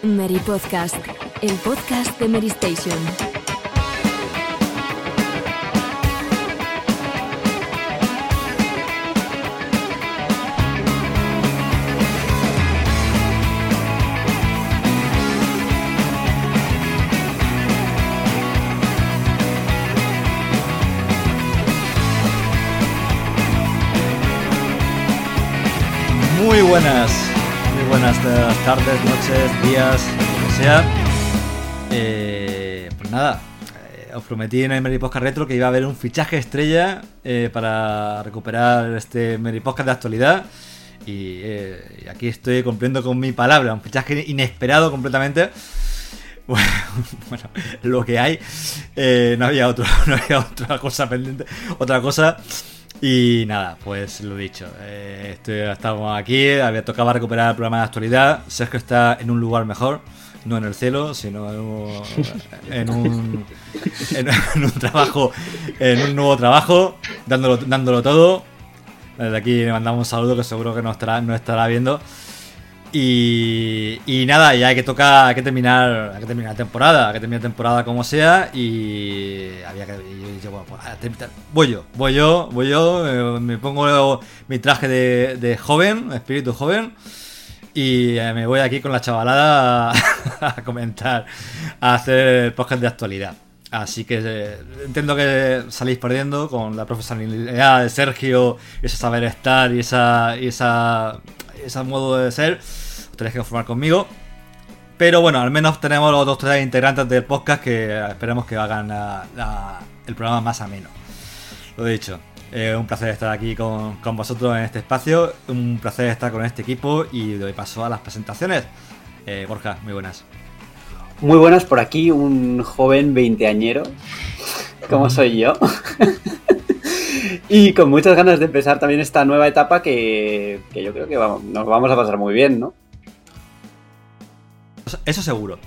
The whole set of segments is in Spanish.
Mary Podcast, el podcast de Mary Station. Muy buenas tardes, noches, días, lo que sea. Pues nada, os prometí en el Mary Podcast Retro que iba a haber un fichaje estrella para recuperar este Mary Podcast de actualidad. Y aquí estoy cumpliendo con mi palabra, un fichaje inesperado completamente. Bueno, lo que hay, no había otra cosa pendiente, otra cosa. Y nada, pues lo dicho, estamos aquí, había tocado recuperar el programa de actualidad. Sergio está en un lugar mejor, no en el cielo, sino en un trabajo, en un nuevo trabajo, dándolo todo. Desde aquí le mandamos un saludo que seguro que no estará viendo. Y nada, ya hay que terminar la temporada como sea. Y voy yo, me pongo mi traje de joven, espíritu joven, y me voy aquí con la chavalada a comentar, a hacer podcast de actualidad. Así que entiendo que salís perdiendo con la profesionalidad de Sergio, ese saber estar y ese modo de ser. Os tenéis que conformar conmigo. Pero bueno, al menos tenemos los 2 o 3 integrantes del podcast que esperemos que hagan el programa más ameno. Lo dicho, un placer estar aquí con vosotros en este espacio. Un placer estar con este equipo. Y doy paso a las presentaciones. Borja, muy buenas. Muy buenas, por aquí un joven veinteañero, como soy yo. Y con muchas ganas de empezar también esta nueva etapa que yo creo que nos vamos a pasar muy bien, ¿no? Eso seguro.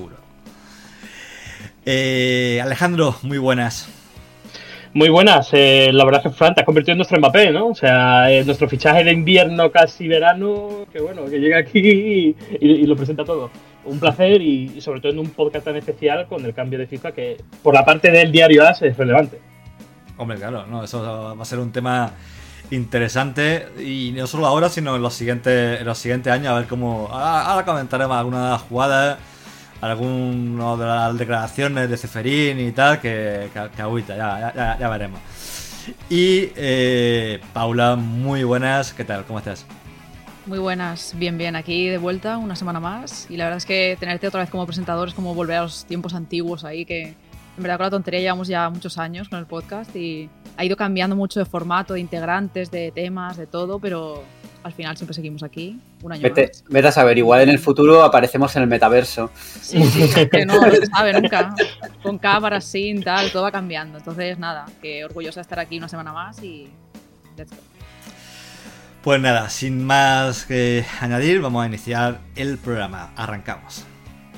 Alejandro, muy buenas. Muy buenas, la verdad es que Fran te has convertido en nuestro Mbappé, ¿no? O sea, nuestro fichaje de invierno casi verano, que bueno, que llega aquí y lo presenta todo. Un placer y sobre todo en un podcast tan especial con el cambio de FIFA que por la parte del diario AS es relevante. Hombre, claro, no, eso va a ser un tema interesante y no solo ahora, sino en los siguientes años, a ver cómo. Ahora comentaremos algunas jugadas, algunas de las declaraciones de Ceferín y tal, que agüita, ya veremos. Y Paula, muy buenas, ¿qué tal? ¿Cómo estás? Muy buenas, bien, aquí de vuelta una semana más. Y la verdad es que tenerte otra vez como presentador es como volver a los tiempos antiguos ahí, que en verdad con la tontería llevamos ya muchos años con el podcast y ha ido cambiando mucho de formato, de integrantes, de temas, de todo, pero al final siempre seguimos aquí, un año más. Vete a saber, igual en el futuro aparecemos en el metaverso. Sí, que no se sabe nunca. Con cámaras, sin tal, todo va cambiando. Entonces nada, que orgullosa de estar aquí una semana más y let's go. Pues nada, sin más que añadir, vamos a iniciar el programa. Arrancamos.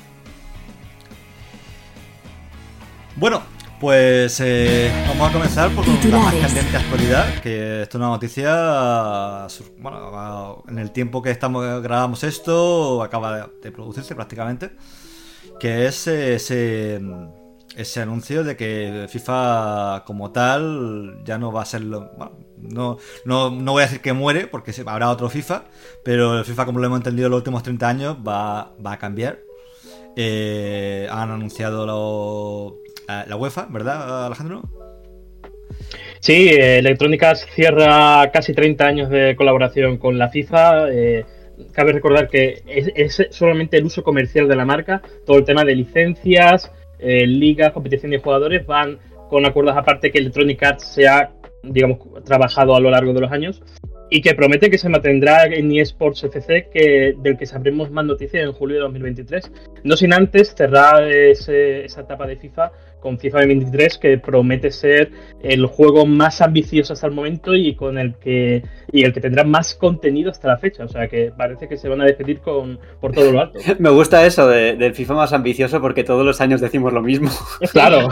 Bueno, pues vamos a comenzar por la más candente actualidad, que esto es una noticia, bueno, en el tiempo que grabamos esto, acaba de producirse prácticamente, que es ese anuncio de que FIFA como tal ya no va a ser no voy a decir que muere, porque habrá otro FIFA, pero el FIFA, como lo hemos entendido en los últimos 30 años, va a cambiar. Han anunciado la UEFA, ¿verdad, Alejandro? Sí, Electronic Arts cierra casi 30 años de colaboración con la FIFA. Cabe recordar que es solamente el uso comercial de la marca. Todo el tema de licencias, ligas, competición de jugadores van con acuerdos aparte que Electronic Arts se ha, digamos, trabajado a lo largo de los años y que promete que se mantendrá en eSports FC, del que sabremos más noticias en julio de 2023. No sin antes cerrar esa etapa de FIFA con FIFA 23, que promete ser el juego más ambicioso hasta el momento y el que tendrá más contenido hasta la fecha. O sea que parece que se van a despedir por todo lo alto. Me gusta eso del FIFA más ambicioso porque todos los años decimos lo mismo. Claro.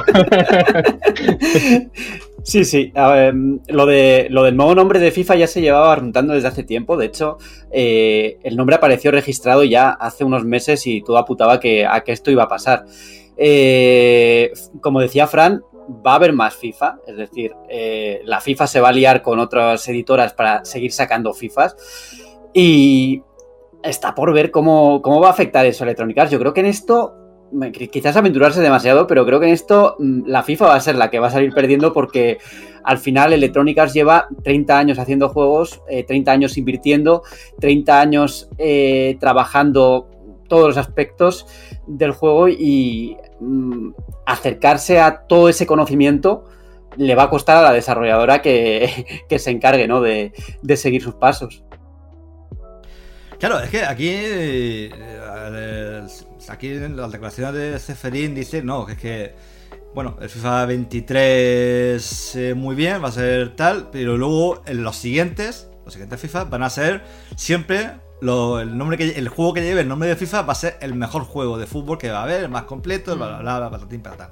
Sí. A ver, lo del nuevo nombre de FIFA ya se llevaba barruntando desde hace tiempo. De hecho, el nombre apareció registrado ya hace unos meses y todo apuntaba a que esto iba a pasar. Como decía Fran, va a haber más FIFA. Es decir, la FIFA se va a liar con otras editoras para seguir sacando FIFAs. Y está por ver cómo va a afectar eso a Electronic Arts. Yo creo que en esto... Quizás aventurarse demasiado, pero creo que en esto la FIFA va a ser la que va a salir perdiendo porque al final Electronic Arts lleva 30 años haciendo juegos, 30 años invirtiendo, 30 años trabajando todos los aspectos del juego y acercarse a todo ese conocimiento le va a costar a la desarrolladora que se encargue, ¿no? de seguir sus pasos. Claro, es que aquí en las declaraciones de Ceferín dice, no, que es que, bueno, el FIFA 23 muy bien, va a ser tal, pero luego en los siguientes FIFA van a ser siempre el juego que lleve el nombre de FIFA va a ser el mejor juego de fútbol que va a haber, el más completo, bla, bla, bla, patatín, patatán.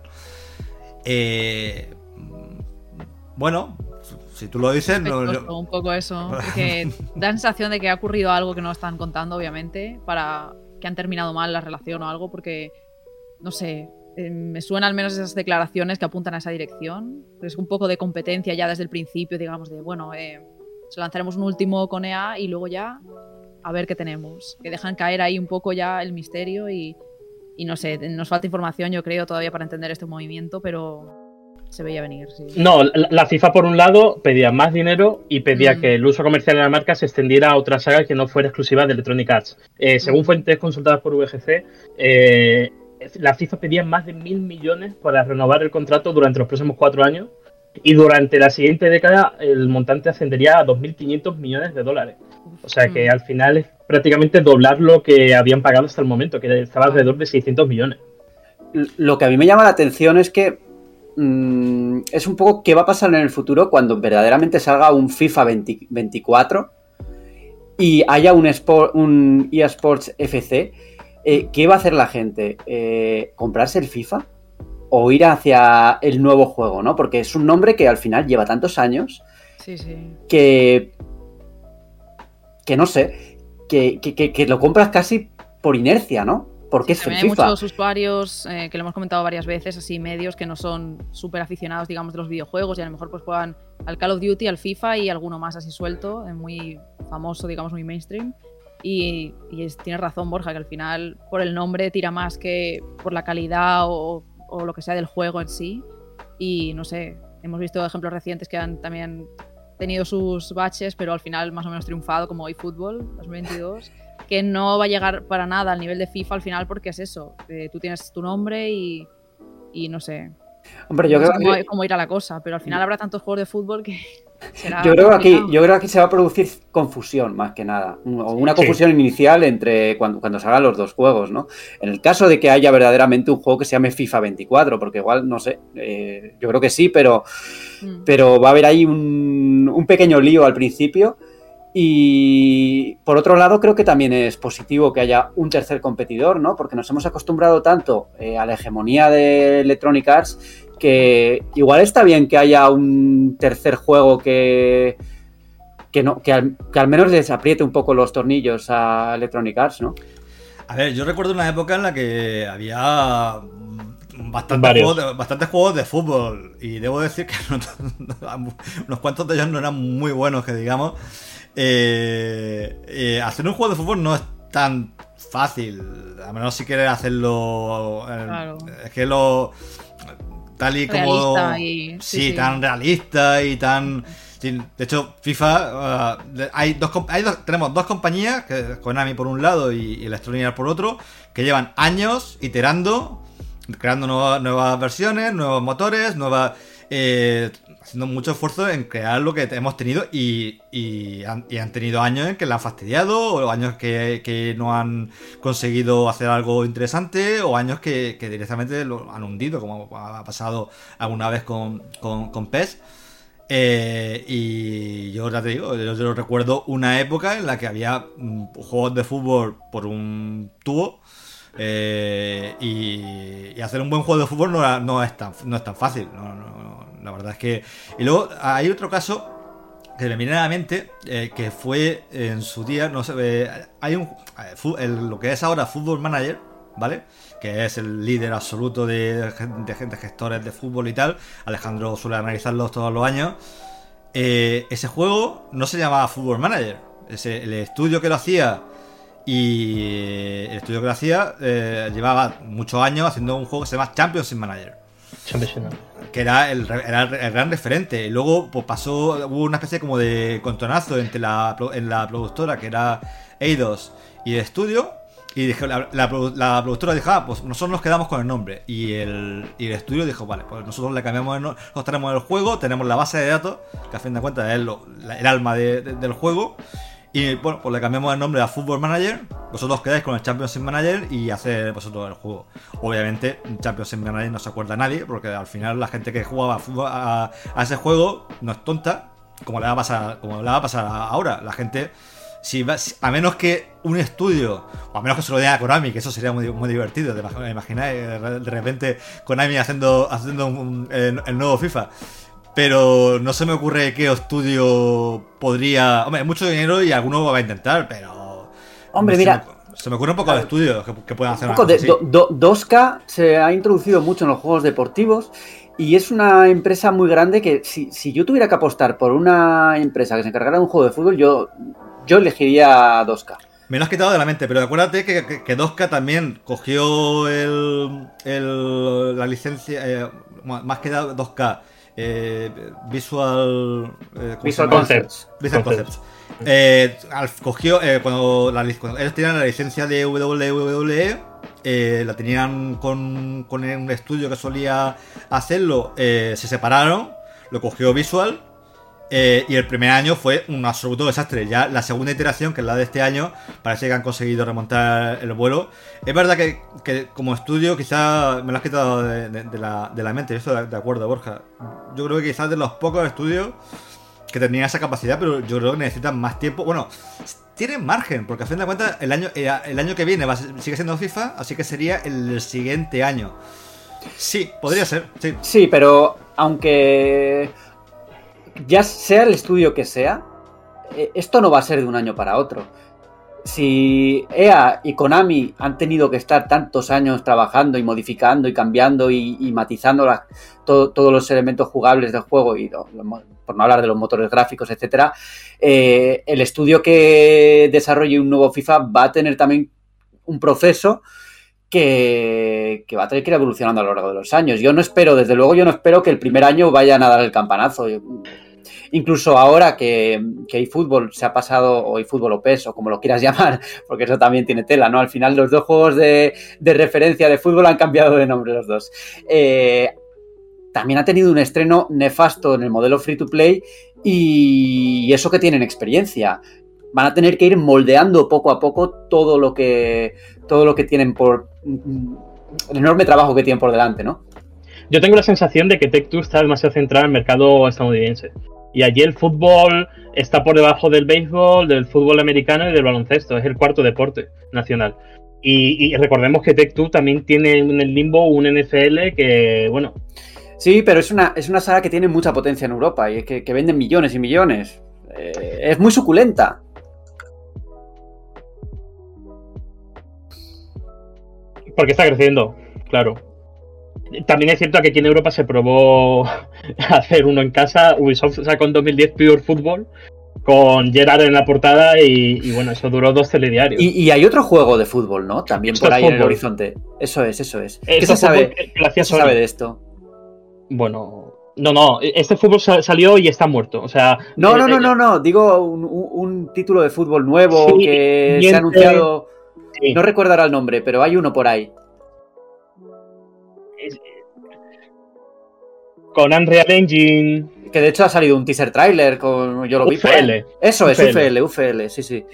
Bueno, si tú lo dices... Un poco eso, porque da sensación de que ha ocurrido algo que no están contando, obviamente, para que han terminado mal la relación o algo, porque, no sé, me suenan al menos esas declaraciones que apuntan a esa dirección. Es un poco de competencia ya desde el principio, digamos, de, bueno, se lanzaremos un último con EA y luego ya a ver qué tenemos. Que dejan caer ahí un poco ya el misterio y no sé, nos falta información, yo creo, todavía para entender este movimiento, pero... se veía venir, sí. No, la FIFA por un lado pedía más dinero y pedía que el uso comercial de la marca se extendiera a otra saga que no fuera exclusiva de Electronic Arts. Según fuentes consultadas por VGC, la FIFA pedía más de 1.000 millones para renovar el contrato durante los próximos 4 años y durante la siguiente década el montante ascendería a 2.500 millones de dólares. O sea que al final es prácticamente doblar lo que habían pagado hasta el momento, que estaba alrededor de 600 millones. Lo que a mí me llama la atención es que es un poco qué va a pasar en el futuro cuando verdaderamente salga un FIFA 24 y haya un EA Sports FC. ¿Qué va a hacer la gente? ¿Comprarse el FIFA? ¿O ir hacia el nuevo juego, ¿no? Porque es un nombre que al final lleva tantos años sí. que no sé, que lo compras casi por inercia, ¿no? Porque es el hay FIFA. Muchos usuarios que lo hemos comentado varias veces, así medios que no son súper aficionados, digamos, de los videojuegos y a lo mejor pues juegan al Call of Duty, al FIFA y alguno más así suelto, muy famoso, digamos, muy mainstream. Y tienes razón, Borja, que al final por el nombre tira más que por la calidad o lo que sea del juego en sí. Y no sé, hemos visto ejemplos recientes que han también tenido sus baches, pero al final más o menos triunfado, como eFootball 2022. Que no va a llegar para nada al nivel de FIFA al final porque es eso, tú tienes tu nombre y no sé. Hombre, yo no creo sé cómo irá la cosa, pero al final habrá tantos juegos de fútbol que será yo creo que aquí se va a producir confusión más que nada, o una confusión inicial entre cuando salgan los dos juegos, ¿no? En el caso de que haya verdaderamente un juego que se llame FIFA 24, porque igual, no sé, yo creo que sí, pero va a haber ahí un pequeño lío al principio. Y por otro lado creo que también es positivo que haya un tercer competidor, ¿no? Porque nos hemos acostumbrado tanto a la hegemonía de Electronic Arts que igual está bien que haya un tercer juego que al menos les apriete un poco los tornillos a Electronic Arts, ¿no? A ver, yo recuerdo una época en la que había bastantes juegos de fútbol y debo decir que unos cuantos de ellos no eran muy buenos, que digamos. Hacer un juego de fútbol no es tan fácil, a menos si quieres hacerlo claro. Es que lo tal y como sí, tan realista y tan de hecho FIFA tenemos dos compañías, que Konami por un lado y Electronic Arts por otro, que llevan años iterando, creando nuevas versiones, nuevos motores, haciendo mucho esfuerzo en crear lo que hemos tenido y han tenido años en que la han fastidiado, o años que no han conseguido hacer algo interesante, o años que directamente lo han hundido, como ha pasado alguna vez con PES. Y yo ya te digo, yo recuerdo una época en la que había juegos de fútbol por un tubo. Y hacer un buen juego de fútbol no es tan fácil. La verdad es que. Y luego hay otro caso que me viene a la mente, que fue en su día. No sé, hay lo que es ahora Football Manager, ¿vale? Que es el líder absoluto de gestores de fútbol y tal. Alejandro suele analizarlos todos los años. Ese juego no se llamaba Football Manager. El estudio que lo hacía. Y el estudio que lo hacía llevaba muchos años haciendo un juego que se llama Championship Manager, que era el gran referente. Y luego pues hubo una especie como de contonazo en la productora, que era Eidos, y el estudio. Y dije, la productora dijo, pues nosotros nos quedamos con el nombre. Y el estudio dijo, vale, pues nosotros le cambiamos nosotros tenemos el juego, tenemos la base de datos, que a fin de cuentas es el alma del juego. Y bueno, pues le cambiamos el nombre a Football Manager. Vosotros quedáis con el Championship Manager y hacéis vosotros el juego. Obviamente, Championship Manager no se acuerda a nadie, porque al final la gente que jugaba a ese juego no es tonta, como le va a pasar ahora. La gente, a menos que un estudio, o a menos que se lo dé a Konami, que eso sería muy, muy divertido. ¿Te imagináis de repente Konami haciendo el nuevo FIFA? Pero no se me ocurre qué estudio podría... Hombre, es mucho dinero y alguno va a intentar, pero... Hombre, mira... Se me ocurre un poco de estudios que puedan hacer un poco una cosa así. 2K se ha introducido mucho en los juegos deportivos y es una empresa muy grande que si yo tuviera que apostar por una empresa que se encargara de un juego de fútbol, yo elegiría 2K. Me lo has quitado de la mente, pero acuérdate que 2K también cogió la licencia... más que 2K... Visual Concepts. Cogió cuando ellos tenían la licencia de WWE, la tenían con un estudio que solía hacerlo, se separaron, lo cogió Visual. Y el primer año fue un absoluto desastre. Ya la segunda iteración, que es la de este año, parece que han conseguido remontar el vuelo. Es verdad que como estudio quizá me lo has quitado de la mente. Yo estoy de acuerdo, Borja. Yo creo que quizás de los pocos estudios que tenían esa capacidad, pero yo creo que necesitan más tiempo. Bueno, tienen margen, porque a fin de cuentas el año que viene sigue siendo FIFA, así que sería el siguiente año. Sí, podría ser, sí. Sí, pero aunque... ya sea el estudio que sea, esto no va a ser de un año para otro. Si EA y Konami han tenido que estar tantos años trabajando y modificando y cambiando y matizando todos los elementos jugables del juego, y por no hablar de los motores gráficos, etcétera, el estudio que desarrolle un nuevo FIFA va a tener también un proceso que va a tener que ir evolucionando a lo largo de los años. Desde luego yo no espero que el primer año vayan a dar el campanazo. Incluso ahora que eFootball se ha pasado, o eFootball o PES, o como lo quieras llamar, porque eso también tiene tela, ¿no? Al final los dos juegos de referencia de fútbol han cambiado de nombre los dos. También ha tenido un estreno nefasto en el modelo free to play, y eso que tienen experiencia. Van a tener que ir moldeando poco a poco todo lo que tienen el enorme trabajo que tienen por delante, ¿no? Yo tengo la sensación de que Take-Two está demasiado centrado en el mercado estadounidense. Y allí el fútbol está por debajo del béisbol, del fútbol americano y del baloncesto. Es el cuarto deporte nacional. Y recordemos que Take-Two también tiene en el limbo un NFL que, bueno... Sí, pero es una saga que tiene mucha potencia en Europa y es que venden millones y millones. Es muy suculenta. Porque está creciendo, claro. También es cierto que aquí en Europa se probó hacer uno en casa. Ubisoft sacó en 2010 Pure Football con Gerrard en la portada y bueno, eso duró 2 telediarios. Y hay otro juego de fútbol, ¿no? También por ahí en el horizonte. Eso es. ¿Qué se sabe de esto? Bueno, no. Este fútbol salió y está muerto. O sea, no. Digo un título de fútbol nuevo, sí, que se ha anunciado. Sí. No recuerdo ahora el nombre, pero hay uno por ahí. Con Unreal Engine. Que de hecho ha salido un teaser trailer con... Yo lo vi. UFL. Eso es, UFL, sí.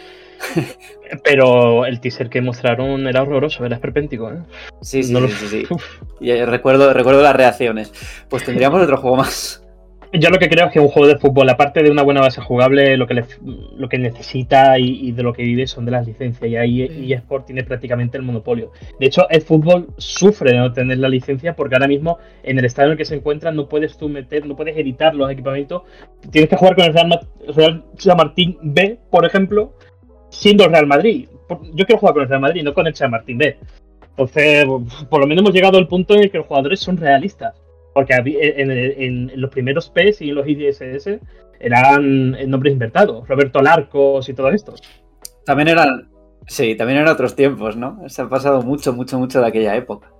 Pero el teaser que mostraron era horroroso, era esperpéntico, ¿eh? Sí. Y recuerdo las reacciones. Pues tendríamos otro juego más. Yo lo que creo es que un juego de fútbol, aparte de una buena base jugable, lo que necesita y de lo que vive son de las licencias. Y ahí eSport tiene prácticamente el monopolio. De hecho, el fútbol sufre de no tener la licencia porque ahora mismo en el estado en el que se encuentra no puedes editar los equipamientos. Tienes que jugar con el Real Chamartín B, por ejemplo, siendo el Real Madrid. Yo quiero jugar con el Real Madrid, no con el Chamartín B. Entonces, por lo menos hemos llegado al punto en el que los jugadores son realistas. Porque en los primeros PES y en los IDSS eran nombres inventados. Roberto Larcos y todo esto. También eran otros tiempos, ¿no? Se ha pasado mucho de aquella época.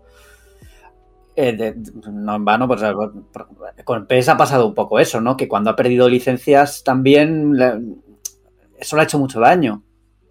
No en vano, pues con PES ha pasado un poco eso, ¿no? Que cuando ha perdido licencias también eso le ha hecho mucho daño.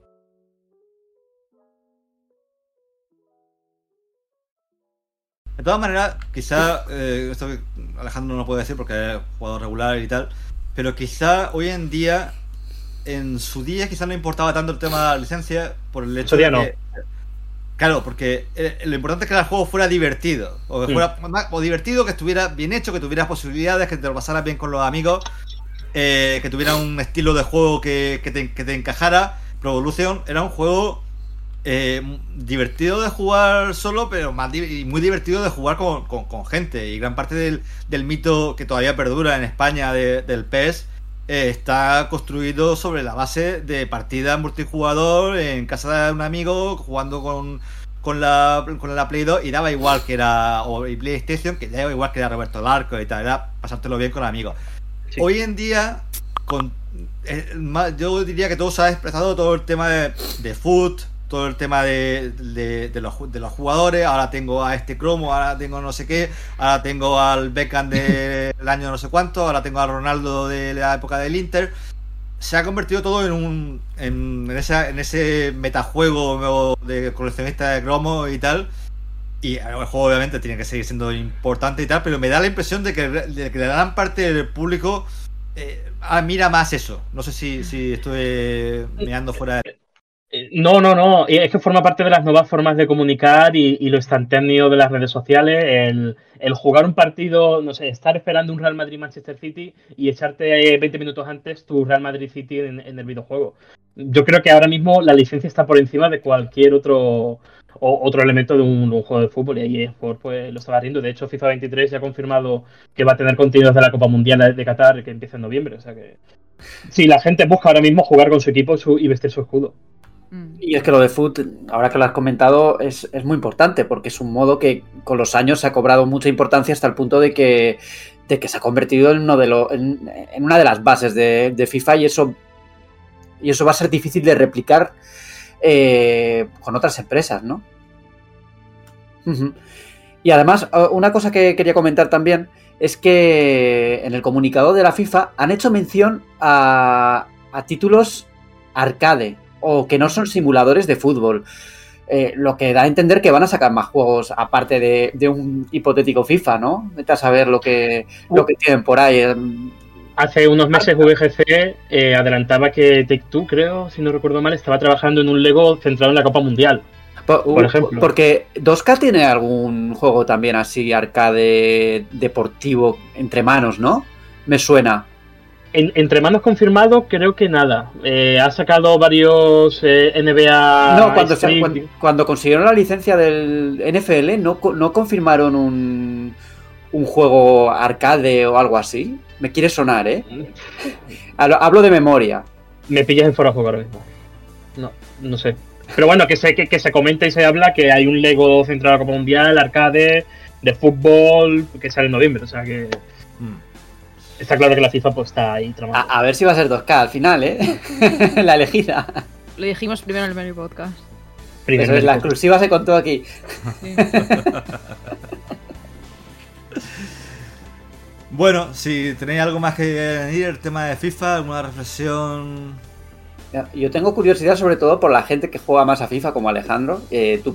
De todas maneras, quizá, esto que Alejandro no puede decir porque es jugador regular y tal, pero quizá hoy en día, en su día quizá no importaba tanto el tema de la licencia por el hecho de que... No. Claro, porque lo importante es que el juego fuera divertido, o que fuera divertido, que estuviera bien hecho, que tuvieras posibilidades, que te lo pasaras bien con los amigos, que tuviera un estilo de juego que te encajara. Pro Evolution era un juego... divertido de jugar solo, pero y muy divertido de jugar con gente. Y gran parte del mito que todavía perdura en España del PES está construido sobre la base de partidas multijugador en casa de un amigo jugando con la Play 2, y daba igual que era y PlayStation, que daba igual que era Roberto Larco y tal, era pasártelo bien con amigos. Sí. Hoy en día yo diría que todo se ha expresado, todo el tema de foot, todo el tema de los jugadores. Ahora tengo a este Cromo, ahora tengo no sé qué, ahora tengo al Beckham del año no sé cuánto, ahora tengo a Ronaldo de la época del Inter. Se ha convertido todo en ese metajuego nuevo de coleccionista de cromos y tal. Y el juego obviamente tiene que seguir siendo importante y tal, pero me da la impresión de que la gran parte del público mira más eso. No sé si estoy mirando fuera de... No. Es que forma parte de las nuevas formas de comunicar y lo instantáneo de las redes sociales. El jugar un partido, no sé, estar esperando un Real Madrid-Manchester City y echarte 20 minutos antes tu Real Madrid-City en el videojuego. Yo creo que ahora mismo la licencia está por encima de cualquier otro elemento de un juego de fútbol, y ahí eSport pues lo estaba riendo. De hecho, FIFA 23 ya ha confirmado que va a tener contenidos de la Copa Mundial de Qatar, que empieza en noviembre. O sea que sí, la gente busca ahora mismo jugar con su equipo y vestir su escudo. Y es que lo de foot, ahora que lo has comentado, es muy importante, porque es un modo que con los años se ha cobrado mucha importancia hasta el punto de que se ha convertido en una de las bases de FIFA, y eso va a ser difícil de replicar con otras empresas, ¿no? Y además, una cosa que quería comentar también es que en el comunicado de la FIFA han hecho mención a títulos arcade, o que no son simuladores de fútbol, lo que da a entender que van a sacar más juegos aparte de un hipotético FIFA, ¿no? Vete a saber lo que tienen por ahí. Hace unos meses VGC adelantaba que Take-Two, creo, si no recuerdo mal, estaba trabajando en un Lego centrado en la Copa Mundial, por ejemplo. Porque 2K tiene algún juego también así arcade deportivo entre manos, ¿no? Me suena. Entre manos confirmado, creo que nada. Ha sacado varios NBA. No, cuando consiguieron la licencia del NFL, ¿no confirmaron un juego arcade o algo así? Me quiere sonar, ¿eh? Hablo de memoria. Me pillas en fuera de juego ahora mismo. No sé. Pero bueno, que se comenta y se habla que hay un Lego centrado en la Copa Mundial, arcade, de fútbol, que sale en noviembre. O sea que... Está claro que la FIFA pues está ahí tramando. A ver si va a ser 2K al final, ¿eh? La elegida. Lo dijimos primero en el Mary Podcast. La exclusiva se contó aquí. Sí. Bueno, si tenéis algo más que añadir el tema de FIFA, alguna reflexión... Yo tengo curiosidad sobre todo por la gente que juega más a FIFA, como Alejandro. ¿Tú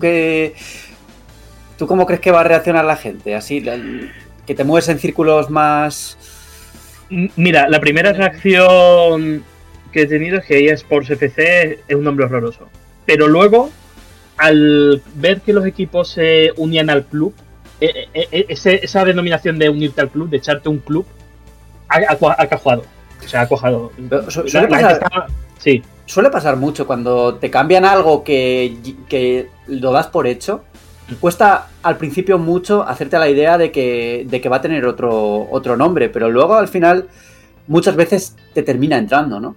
cómo crees que va a reaccionar la gente? Así, que te mueves en círculos más Mira, la primera reacción que he tenido es que EA Sports FC es un nombre horroroso. Pero luego, al ver que los equipos se unían al club, esa denominación de unirte al club, de echarte un club, ha cuajado. O sea, ha cuajado. Suele pasar mucho cuando te cambian algo que lo das por hecho. Cuesta al principio mucho hacerte la idea de que va a tener otro nombre, pero luego al final muchas veces te termina entrando, ¿no?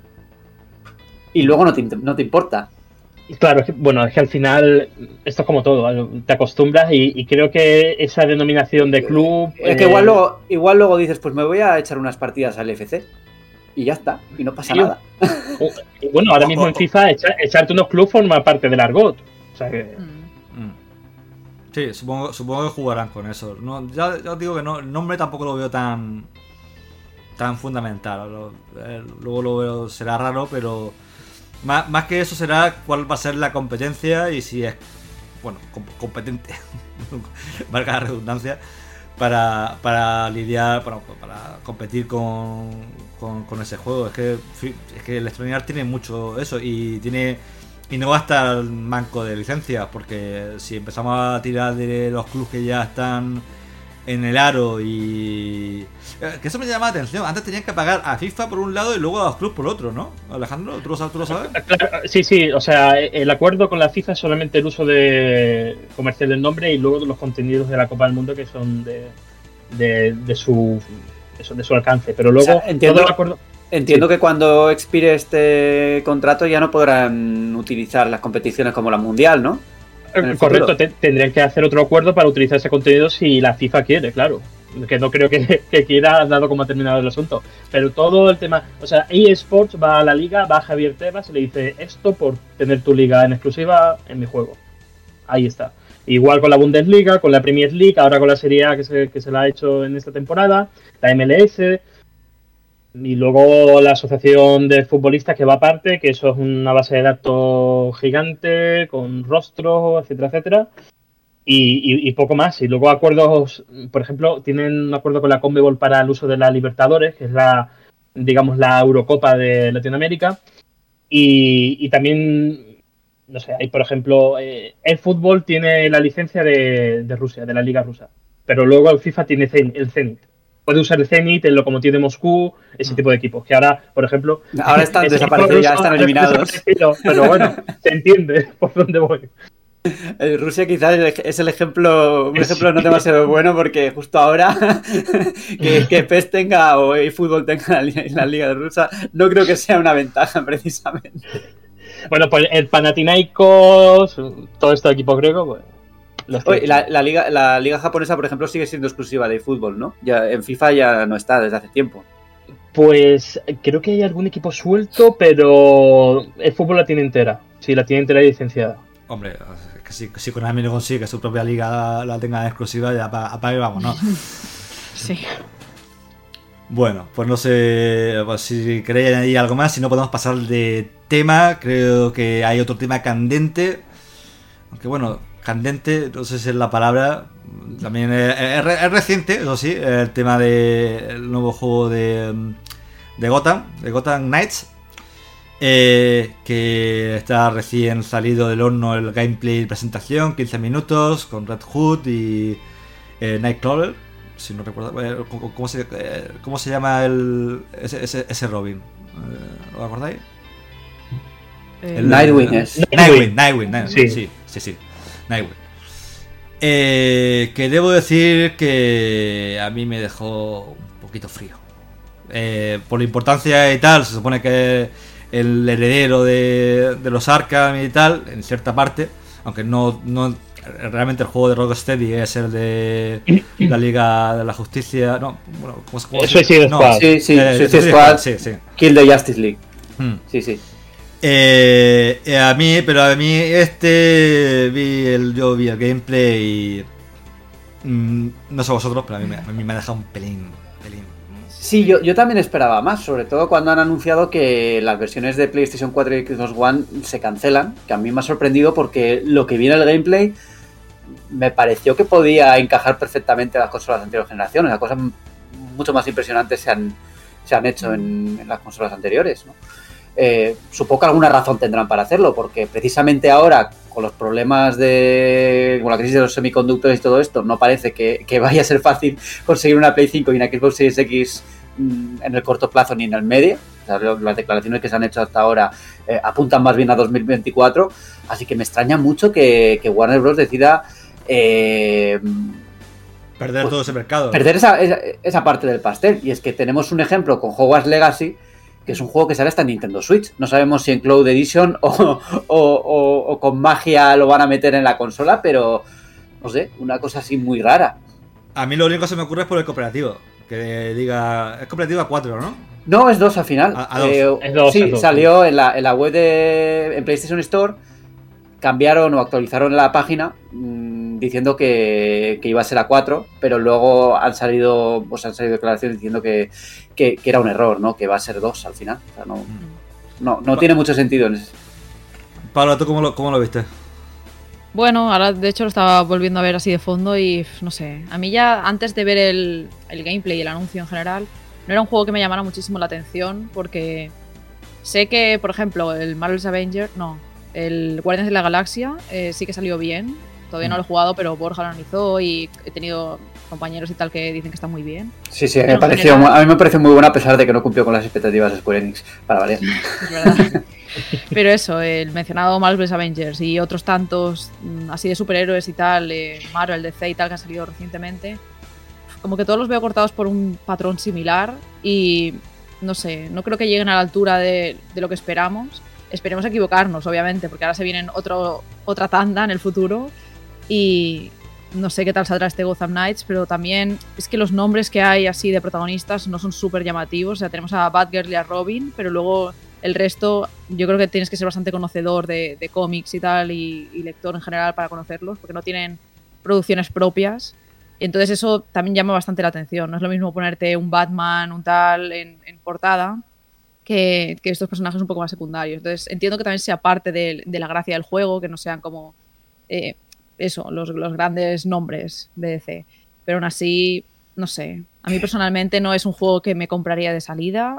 Y luego no te importa. Claro, es que al final esto es como todo, te acostumbras y creo que esa denominación de club... Es que igual luego dices, pues me voy a echar unas partidas al FC y ya está, y no pasa nada. Y bueno, ahora mismo en FIFA echarte unos clubs forma parte del argot. O sea que... Sí, supongo que jugarán con eso. No, ya os digo que no, el nombre tampoco lo veo tan fundamental. Luego lo veo, será raro, pero más que eso será cuál va a ser la competencia y si es, bueno, competente, valga la redundancia, para lidiar, para competir con ese juego. Es que Electronic Arts tiene mucho eso y no va a estar manco de licencias, porque si empezamos a tirar de los clubs que ya están en el aro y... Que eso me llama la atención. Antes tenían que pagar a FIFA por un lado y luego a los clubs por otro, ¿no? Alejandro, ¿tú lo sabes? Claro, sí, o sea, el acuerdo con la FIFA es solamente el uso comercial del nombre y luego los contenidos de la Copa del Mundo que son de su alcance. Pero luego, todo el acuerdo... Entiendo que cuando expire este contrato ya no podrán utilizar las competiciones como la Mundial, ¿no? Correcto, tendrían que hacer otro acuerdo para utilizar ese contenido si la FIFA quiere, claro. Que no creo que quiera, dado cómo ha terminado el asunto. Pero todo el tema... O sea, EA Sports va a la liga, va a Javier Tebas y le dice esto por tener tu liga en exclusiva en mi juego. Ahí está. Igual con la Bundesliga, con la Premier League, ahora con la Serie A que se la ha hecho en esta temporada, la MLS... Y luego la asociación de futbolistas que va aparte, que eso es una base de datos gigante, con rostros, etcétera, etcétera. Y poco más. Y luego acuerdos, por ejemplo, tienen un acuerdo con la Conmebol para el uso de la Libertadores, que es la Eurocopa de Latinoamérica. Y también, no sé, hay por ejemplo, el fútbol tiene la licencia de Rusia, de la Liga Rusa. Pero luego el FIFA tiene el Zenit. Puede usar el Zenit, el Lokomotiv de Moscú, ese tipo de equipos. Que ahora, por ejemplo... Ahora están desaparecidos, ya están eliminados. Pero bueno, se entiende por dónde voy. Rusia quizás es un ejemplo no demasiado bueno, porque justo ahora que PES tenga o eFootball tenga la Liga de Rusia, no creo que sea una ventaja precisamente. Bueno, pues el Panathinaikos, todo este equipo griego, pues... Oye, la liga japonesa, por ejemplo, sigue siendo exclusiva de fútbol, ¿no? Ya en FIFA ya no está desde hace tiempo. Pues creo que hay algún equipo suelto, pero el fútbol la tiene entera. Sí, la tiene entera y licenciada. Hombre, es que si Konami no consigue que su propia liga la tenga exclusiva, ya apague, vamos, ¿no? Sí. Bueno, pues no sé pues si queréis añadir algo más, si no podemos pasar de tema. Creo que hay otro tema candente, aunque bueno... Candente, no sé si es la palabra, también es reciente, eso sí, el tema del nuevo juego de Gotham Knights, que está recién salido del horno el gameplay de presentación, 15 minutos, con Red Hood y Nightcrawler, si no recuerdo, ¿cómo se llama ese Robin? ¿Lo acordáis? Nightwing. Sí. Nightwing. Que debo decir que a mí me dejó un poquito frío. Por la importancia y tal, se supone que el heredero de los Arkham y tal, en cierta parte, aunque no realmente el juego de Rocksteady es el de la Liga de la Justicia. No, bueno, ¿cómo Suicide Squad. Sí, Suicide Squad. Sí. Kill the Justice League. Sí. A mí yo vi el gameplay y no sé vosotros, pero a mí me ha dejado un pelín. Sí, yo también esperaba más, sobre todo cuando han anunciado que las versiones de PlayStation 4 y Xbox One se cancelan, que a mí me ha sorprendido porque lo que vi en el gameplay me pareció que podía encajar perfectamente a las consolas de anterior generación. Las cosas mucho más impresionantes se se han hecho en las consolas anteriores, ¿no? Supongo que alguna razón tendrán para hacerlo, porque precisamente ahora, con los problemas con la crisis de los semiconductores y todo esto, no parece que vaya a ser fácil conseguir una Play 5 y una Xbox Series X en el corto plazo ni en el medio. O sea, las declaraciones que se han hecho hasta ahora apuntan más bien a 2024, así que me extraña mucho que Warner Bros. Decida perder todo ese mercado. Perder esa parte del pastel. Y es que tenemos un ejemplo con Hogwarts Legacy, que es un juego que sale hasta en Nintendo Switch. No sabemos si en Cloud Edition o con magia lo van a meter en la consola, pero no sé, una cosa así muy rara. A mí lo único que se me ocurre es por el cooperativo. Que diga... Es cooperativo a 4, ¿no? No, es 2 al final. A 2. Es 2. Sí, es 2. salió en la web en PlayStation Store. Cambiaron o actualizaron la página diciendo que iba a ser a 4, pero luego han salido declaraciones diciendo que era un error, ¿no? Que va a ser 2 al final. O sea, no tiene mucho sentido en ese. Pablo, ¿tú cómo lo viste? Bueno, ahora de hecho lo estaba volviendo a ver así de fondo y no sé, a mí ya antes de ver el gameplay y el anuncio en general, no era un juego que me llamara muchísimo la atención porque sé que, por ejemplo, el Marvel's Avengers, el Guardians de la Galaxia sí que salió bien, todavía no lo he jugado, pero Borja lo analizó y he tenido compañeros y tal que dicen que está muy bien. Sí, a mí me pareció muy bueno a pesar de que no cumplió con las expectativas de Square Enix, para variar. Es verdad. Pero eso, el mencionado Marvel's Avengers y otros tantos así de superhéroes y tal, Marvel, DC y tal que han salido recientemente, como que todos los veo cortados por un patrón similar y no sé, no creo que lleguen a la altura de lo que esperamos. Esperemos equivocarnos, obviamente, porque ahora se vienen otra tanda en el futuro y no sé qué tal saldrá este Gotham Knights, pero también es que los nombres que hay así de protagonistas no son súper llamativos. O sea, tenemos a Batgirl y a Robin, pero luego el resto yo creo que tienes que ser bastante conocedor de cómics y tal y lector en general para conocerlos, porque no tienen producciones propias. Entonces eso también llama bastante la atención. No es lo mismo ponerte un Batman, un tal en portada que estos personajes un poco más secundarios. Entonces entiendo que también sea parte de la gracia del juego, que no sean como los grandes nombres de DC. Pero aún así, no sé. A mí personalmente no es un juego que me compraría de salida.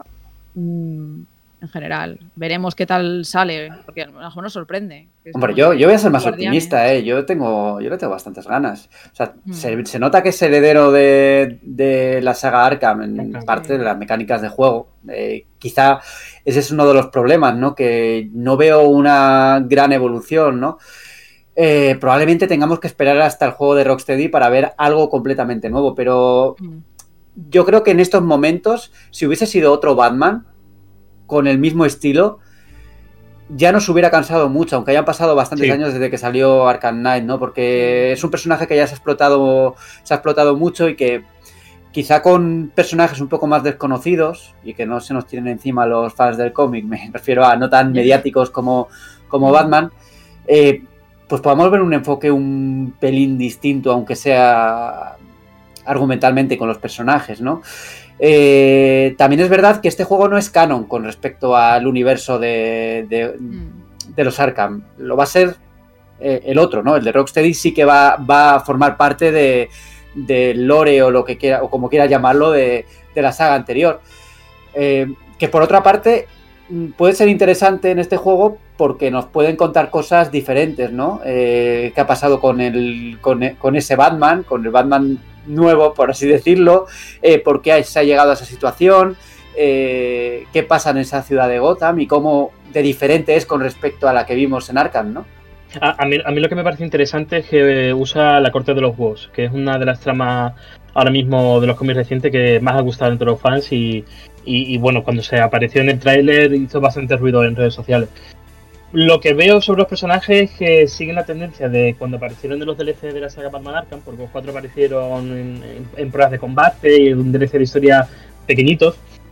En general, veremos qué tal sale, porque a lo mejor nos sorprende. Hombre, yo voy a ser más optimista, ¿eh? Yo le tengo bastantes ganas. O sea, se nota que es heredero de la saga Arkham en parte de las mecánicas de juego. Quizá ese es uno de los problemas, ¿no? Que no veo una gran evolución, ¿no? Probablemente tengamos que esperar hasta el juego de Rocksteady para ver algo completamente nuevo, pero yo creo que en estos momentos, si hubiese sido otro Batman con el mismo estilo, ya nos hubiera cansado mucho, aunque hayan pasado bastantes años desde que salió Arkham Knight, ¿no? Porque es un personaje que ya se ha explotado mucho y que quizá con personajes un poco más desconocidos y que no se nos tienen encima los fans del cómic, me refiero a no tan mediáticos como Batman, pues podamos ver un enfoque un pelín distinto, aunque sea argumentalmente con los personajes, ¿no? También es verdad que este juego no es canon con respecto al universo de los Arkham. Lo va a ser el otro, ¿no? El de Rocksteady sí que va a formar parte del lore o lo que quiera, o como quiera llamarlo, de la saga anterior. Que por otra parte puede ser interesante en este juego porque nos pueden contar cosas diferentes, ¿no? ¿Qué ha pasado con ese Batman, con el Batman nuevo, por así decirlo? ¿Por qué se ha llegado a esa situación? ¿Qué pasa en esa ciudad de Gotham? Y cómo de diferente es con respecto a la que vimos en Arkham, ¿no? A mí lo que me parece interesante es que usa la corte de los huevos, que es una de las tramas ahora mismo de los cómics recientes que más ha gustado entre los fans y bueno, cuando se apareció en el tráiler hizo bastante ruido en redes sociales. Lo que veo sobre los personajes es que siguen la tendencia de cuando aparecieron en los DLC de la saga Batman Arkham, porque los 4 aparecieron en pruebas de combate y en un DLC de historia pequeñitos.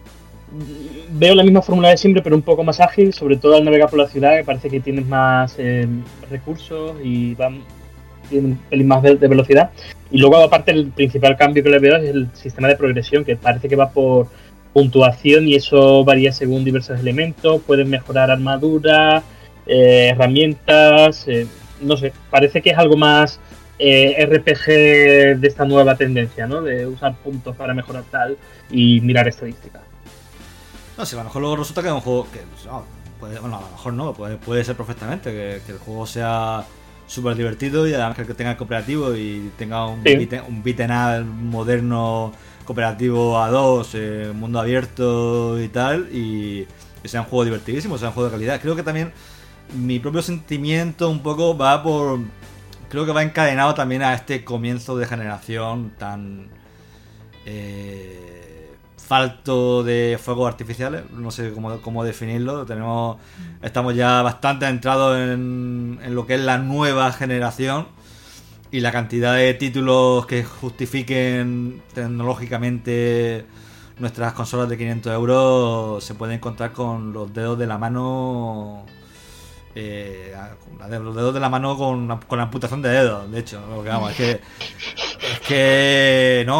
Veo la misma fórmula de siempre, pero un poco más ágil, sobre todo al navegar por la ciudad, que parece que tienes más recursos y tiene un pelín más de velocidad. Y luego, aparte, el principal cambio que le veo es el sistema de progresión, que parece que va por puntuación y eso varía según diversos elementos. Puedes mejorar armadura, herramientas, no sé, parece que es algo más RPG de esta nueva tendencia, ¿no? De usar puntos para mejorar tal y mirar estadísticas. No, si a lo mejor luego resulta que es un juego que, no, bueno, a lo mejor no, puede ser perfectamente que el juego sea súper divertido y además que tenga cooperativo y tenga un beat'em up moderno cooperativo a dos, mundo abierto y tal, y que sea un juego divertidísimo, sea un juego de calidad. Creo que también mi propio sentimiento un poco creo que va encadenado también a este comienzo de generación tan falto de fuegos artificiales, no sé cómo definirlo. Estamos ya bastante entrados en lo que es la nueva generación, y la cantidad de títulos que justifiquen tecnológicamente nuestras consolas de 500 euros se pueden contar con los dedos de la mano. Los dedos de la mano con la amputación de dedos, de hecho, porque vamos, es que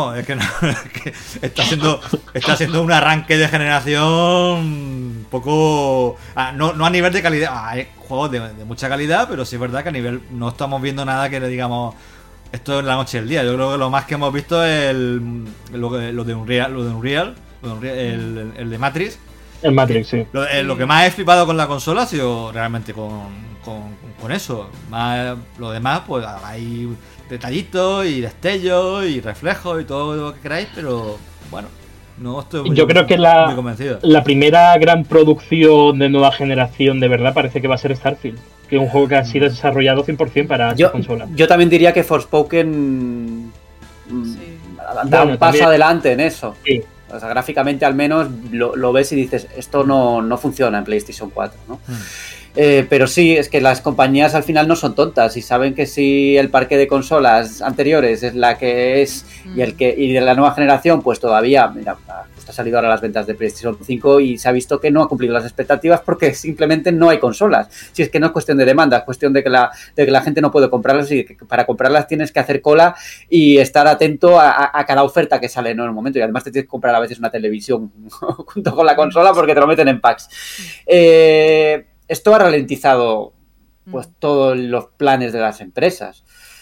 está siendo un arranque de generación un poco, no a nivel de calidad. Hay juegos de mucha calidad, pero sí es verdad que a nivel no estamos viendo nada que le digamos esto es la noche del día. Yo creo que lo más que hemos visto es lo de Unreal, el de Matrix. El Matrix, sí. Lo que más he flipado con la consola ha sido realmente con eso. Más, lo demás, pues hay detallitos y destellos y reflejos y todo lo que queráis, pero bueno, no estoy muy convencido. La primera gran producción de nueva generación de verdad parece que va a ser Starfield, que es un juego que ha sido desarrollado 100% para esta consola. Yo también diría que Forspoken da un paso adelante en eso. Sí. O sea, gráficamente al menos lo ves y dices, esto no funciona en PlayStation 4, ¿no? Pero sí, es que las compañías al final no son tontas y saben que si el parque de consolas anteriores es la que es y de la nueva generación, pues todavía, mira, ha salido ahora las ventas de PlayStation 5 y se ha visto que no ha cumplido las expectativas porque simplemente no hay consolas. Si es que no es cuestión de demanda, es cuestión de que la gente no puede comprarlas y que para comprarlas tienes que hacer cola y estar atento a cada oferta que sale en el momento, y además te tienes que comprar a veces una televisión junto con la consola porque te lo meten en packs. Esto ha ralentizado pues todos los planes de las empresas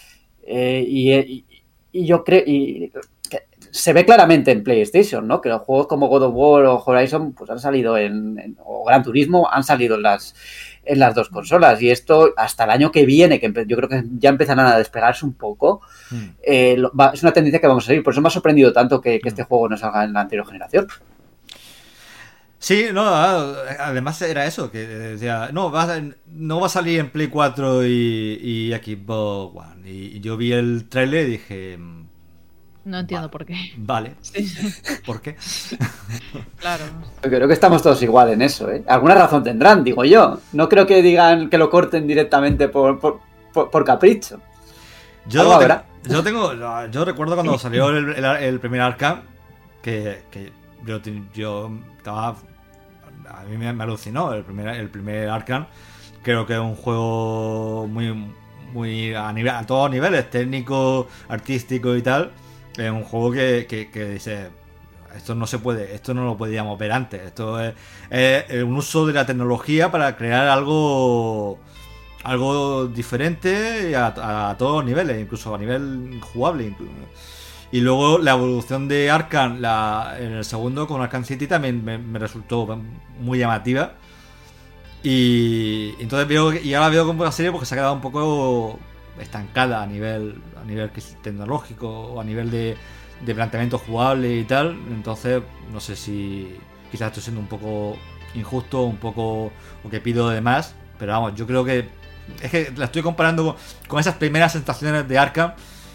y yo creo que se ve claramente en PlayStation, ¿no? Que los juegos como God of War o Horizon pues han salido o Gran Turismo han salido en las dos consolas, y esto hasta el año que viene, que yo creo que ya empezarán a despegarse un poco, es una tendencia que vamos a seguir. Por eso me ha sorprendido tanto que este juego no salga en la anterior generación. Sí, no, además era eso, que decía, no va a salir en Play 4 y Xbox One. Y yo vi el trailer y dije... No entiendo por qué. Vale. Sí. ¿Por qué? Claro. Yo creo que estamos todos igual en eso, ¿eh? Alguna razón tendrán, digo yo. No creo que digan que lo corten directamente por capricho. Yo recuerdo cuando salió el primer Arkham, que yo estaba... A mí me alucinó el primer Arkham. Creo que es un juego muy a todos niveles, técnico, artístico y tal. Es un juego que dice, esto no se puede, esto no lo podíamos ver antes. Esto es un uso de la tecnología para crear algo diferente a todos los niveles, incluso a nivel jugable. Y luego la evolución de Arkham en el segundo con Arkham City también me resultó muy llamativa. Y entonces ahora veo como la serie porque se ha quedado un poco estancada a nivel tecnológico o a nivel de planteamiento jugable y tal. Entonces no sé si quizás estoy siendo un poco injusto, un poco o que pido de más, pero vamos, yo creo que es que la estoy comparando con esas primeras sensaciones de Arkham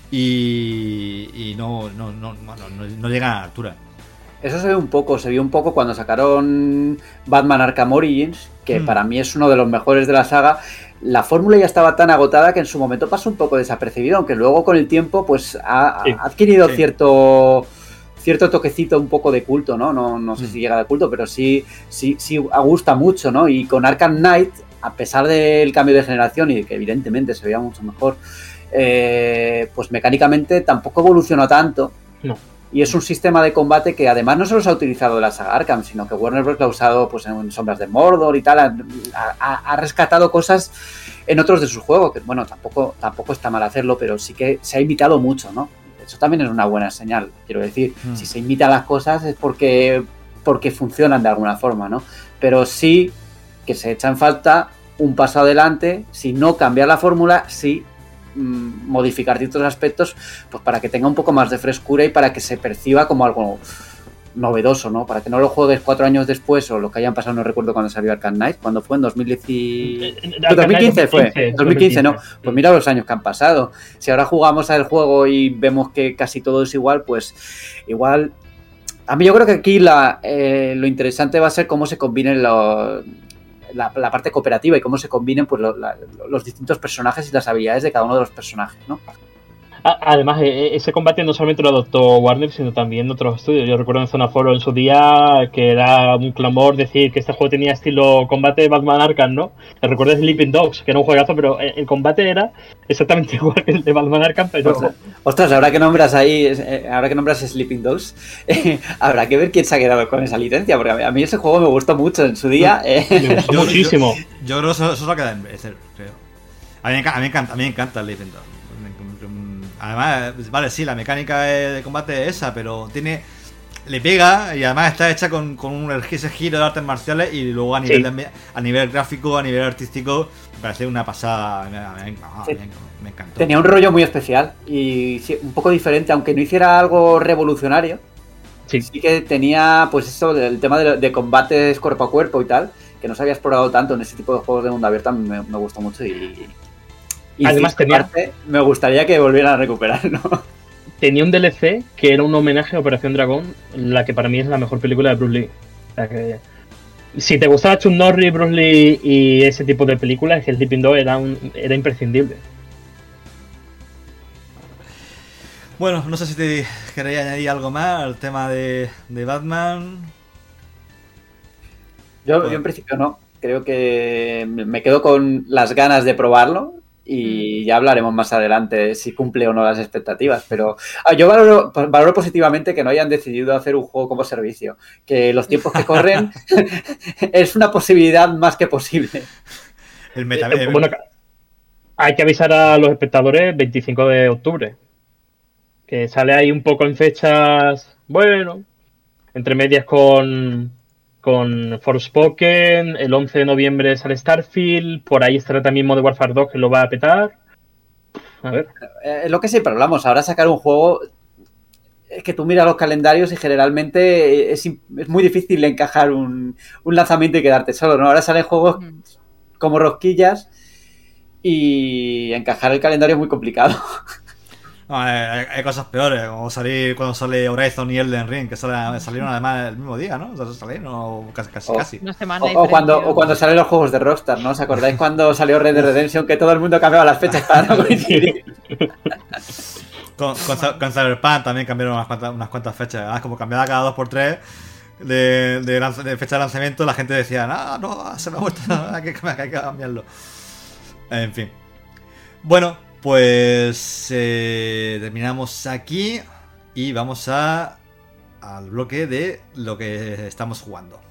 y no llegan a la altura. Eso se vio un poco cuando sacaron Batman Arkham Origins, que para mí es uno de los mejores de la saga. La fórmula ya estaba tan agotada que en su momento pasó un poco desapercibido, aunque luego con el tiempo pues ha adquirido cierto toquecito un poco de culto, ¿no? No sé si llega de culto, pero sí gusta mucho, ¿no? Y con Arkham Knight, a pesar del cambio de generación y de que evidentemente se veía mucho mejor, pues mecánicamente tampoco evolucionó tanto. No. Y es un sistema de combate que además no solo se ha utilizado en la saga Arkham, sino que Warner Bros. Lo ha usado pues en Sombras de Mordor y tal. Ha rescatado cosas en otros de sus juegos, que bueno, tampoco está mal hacerlo, pero sí que se ha imitado mucho, ¿no? Eso también es una buena señal, quiero decir. Si se imitan las cosas es porque porque funcionan de alguna forma, ¿no? Pero sí que se echa en falta un paso adelante, si no cambiar la fórmula, sí modificar ciertos aspectos, pues para que tenga un poco más de frescura y para que se perciba como algo novedoso, ¿no? Para que no lo juegues 4 años después o lo que hayan pasado, no recuerdo cuando salió Arkham Knight, cuando fue en 2015 fue, 2015, ¿no? Pues mira los años que han pasado. Si ahora jugamos al juego y vemos que casi todo es igual, pues igual... A mí yo creo que aquí lo interesante va a ser cómo se combinen la parte cooperativa y cómo se combinen pues los distintos personajes y las habilidades de cada uno de los personajes, ¿no? Además, ese combate no solamente lo adoptó Warner, sino también otros estudios. Yo recuerdo en Zona Foro en su día que era un clamor decir que este juego tenía estilo combate de Batman Arkham, ¿no? Recuerdo Sleeping Dogs, que era un juegazo, pero el combate era exactamente igual que el de Batman Arkham, pero... Ostras, ahora que nombras Sleeping Dogs, habrá que ver quién se ha quedado con esa licencia, porque a mí ese juego me gustó mucho en su día. Me gustó muchísimo. Yo creo que eso se va a quedar en creo. A mí me encanta el Sleeping Dogs. Además, vale, sí, la mecánica de combate es esa, pero le pega y además está hecha con ese giro de artes marciales y luego a nivel gráfico, a nivel artístico, me parece una pasada. Me encantó. Tenía un rollo muy especial y un poco diferente, aunque no hiciera algo revolucionario. Sí que tenía, pues eso, el tema de combates cuerpo a cuerpo y tal, que no se había explorado tanto en ese tipo de juegos de mundo abierto. Me gustó mucho y además me gustaría que volvieran a recuperar, ¿no? Tenía un DLC que era un homenaje a Operación Dragón, la que para mí es la mejor película de Bruce Lee. O sea que, si te gustaba Chuck Norris, Bruce Lee y ese tipo de películas, el Sleeping Dog era imprescindible. Bueno, no sé si te queréis añadir algo más al tema de Batman. Yo en principio no. Creo que me quedo con las ganas de probarlo. Y ya hablaremos más adelante si cumple o no las expectativas, pero yo valoro positivamente que no hayan decidido hacer un juego como servicio, que los tiempos que corren es una posibilidad más que posible. Bueno, hay que avisar a los espectadores 25 de octubre, que sale ahí un poco en fechas, bueno, entre medias con Forspoken, el 11 de noviembre sale Starfield, por ahí estará también Modern Warfare 2 que lo va a petar. A ver. Es lo que siempre hablamos, ahora sacar un juego es que tú miras los calendarios y generalmente es muy difícil encajar un lanzamiento y quedarte solo, ¿no? Ahora salen juegos como rosquillas y encajar el calendario es muy complicado. No, hay cosas peores, como cuando sale Horizon y Elden Ring, que salieron además el mismo día, ¿no? O sea, salieron casi. Una semana o cuando salen los juegos de Rockstar, ¿no? ¿Os acordáis cuando salió Red Dead Redemption que todo el mundo cambiaba las fechas para no coincidir? Con Cyberpunk también cambiaron unas cuantas fechas. Además, como cambiaba cada 2x3 de fecha de lanzamiento, la gente decía, no, se me ha vuelto, hay que cambiarlo. En fin. Bueno, pues terminamos aquí y vamos al bloque de lo que estamos jugando.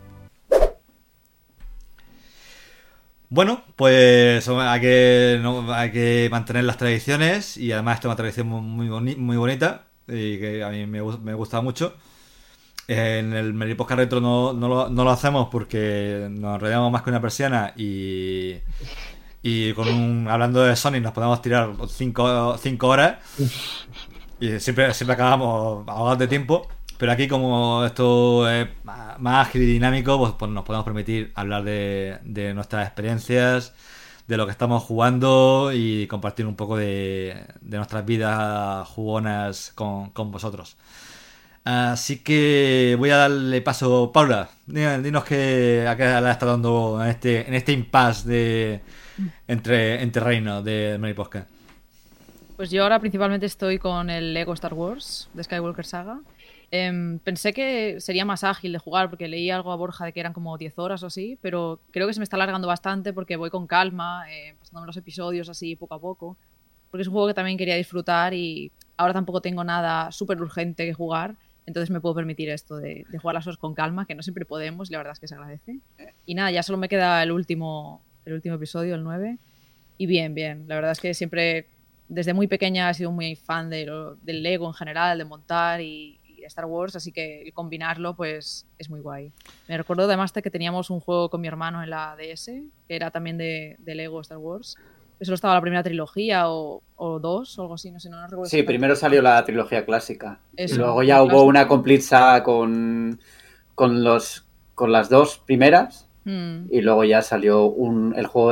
Bueno, pues hay que mantener las tradiciones y además esta es una tradición muy bonita y que a mí me gusta mucho. En el Meripodcast Retro no lo hacemos porque nos enrollamos más que una persiana y hablando de Sonic nos podemos tirar 5 horas y siempre acabamos ahogados de tiempo, pero aquí como esto es más ágil y dinámico, pues nos podemos permitir hablar de nuestras experiencias, de lo que estamos jugando y compartir un poco de nuestras vidas jugonas con vosotros. Así que voy a darle paso. Paula, dinos a qué le está dando en este impasse entre reinos de Meripodcast. Pues yo ahora principalmente estoy con el Lego Star Wars de Skywalker Saga. Pensé que sería más ágil de jugar porque leí algo a Borja de que eran como 10 horas o así, pero creo que se me está alargando bastante porque voy con calma, pasándome los episodios así poco a poco, porque es un juego que también quería disfrutar y ahora tampoco tengo nada súper urgente que jugar, entonces me puedo permitir esto de jugar las cosas con calma, que no siempre podemos y la verdad es que se agradece. Y nada, ya solo me queda el último episodio, el 9, y bien, la verdad es que siempre, desde muy pequeña he sido muy fan del Lego en general, de montar y a Star Wars, así que el combinarlo pues es muy guay. Me recuerdo además de que teníamos un juego con mi hermano en la DS, que era también de Lego Star Wars. Eso estaba la primera trilogía o dos o algo así, no sé, no recuerdo. Sí, primero salió la trilogía clásica. Eso, y luego ya hubo una complete saga con las dos primeras. Y luego ya salió el juego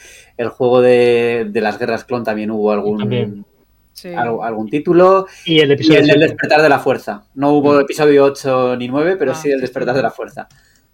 de las guerras clon, también hubo algún título. Y el episodio el despertar de la fuerza. No hubo episodio 8 ni 9, pero sí el despertar de la fuerza.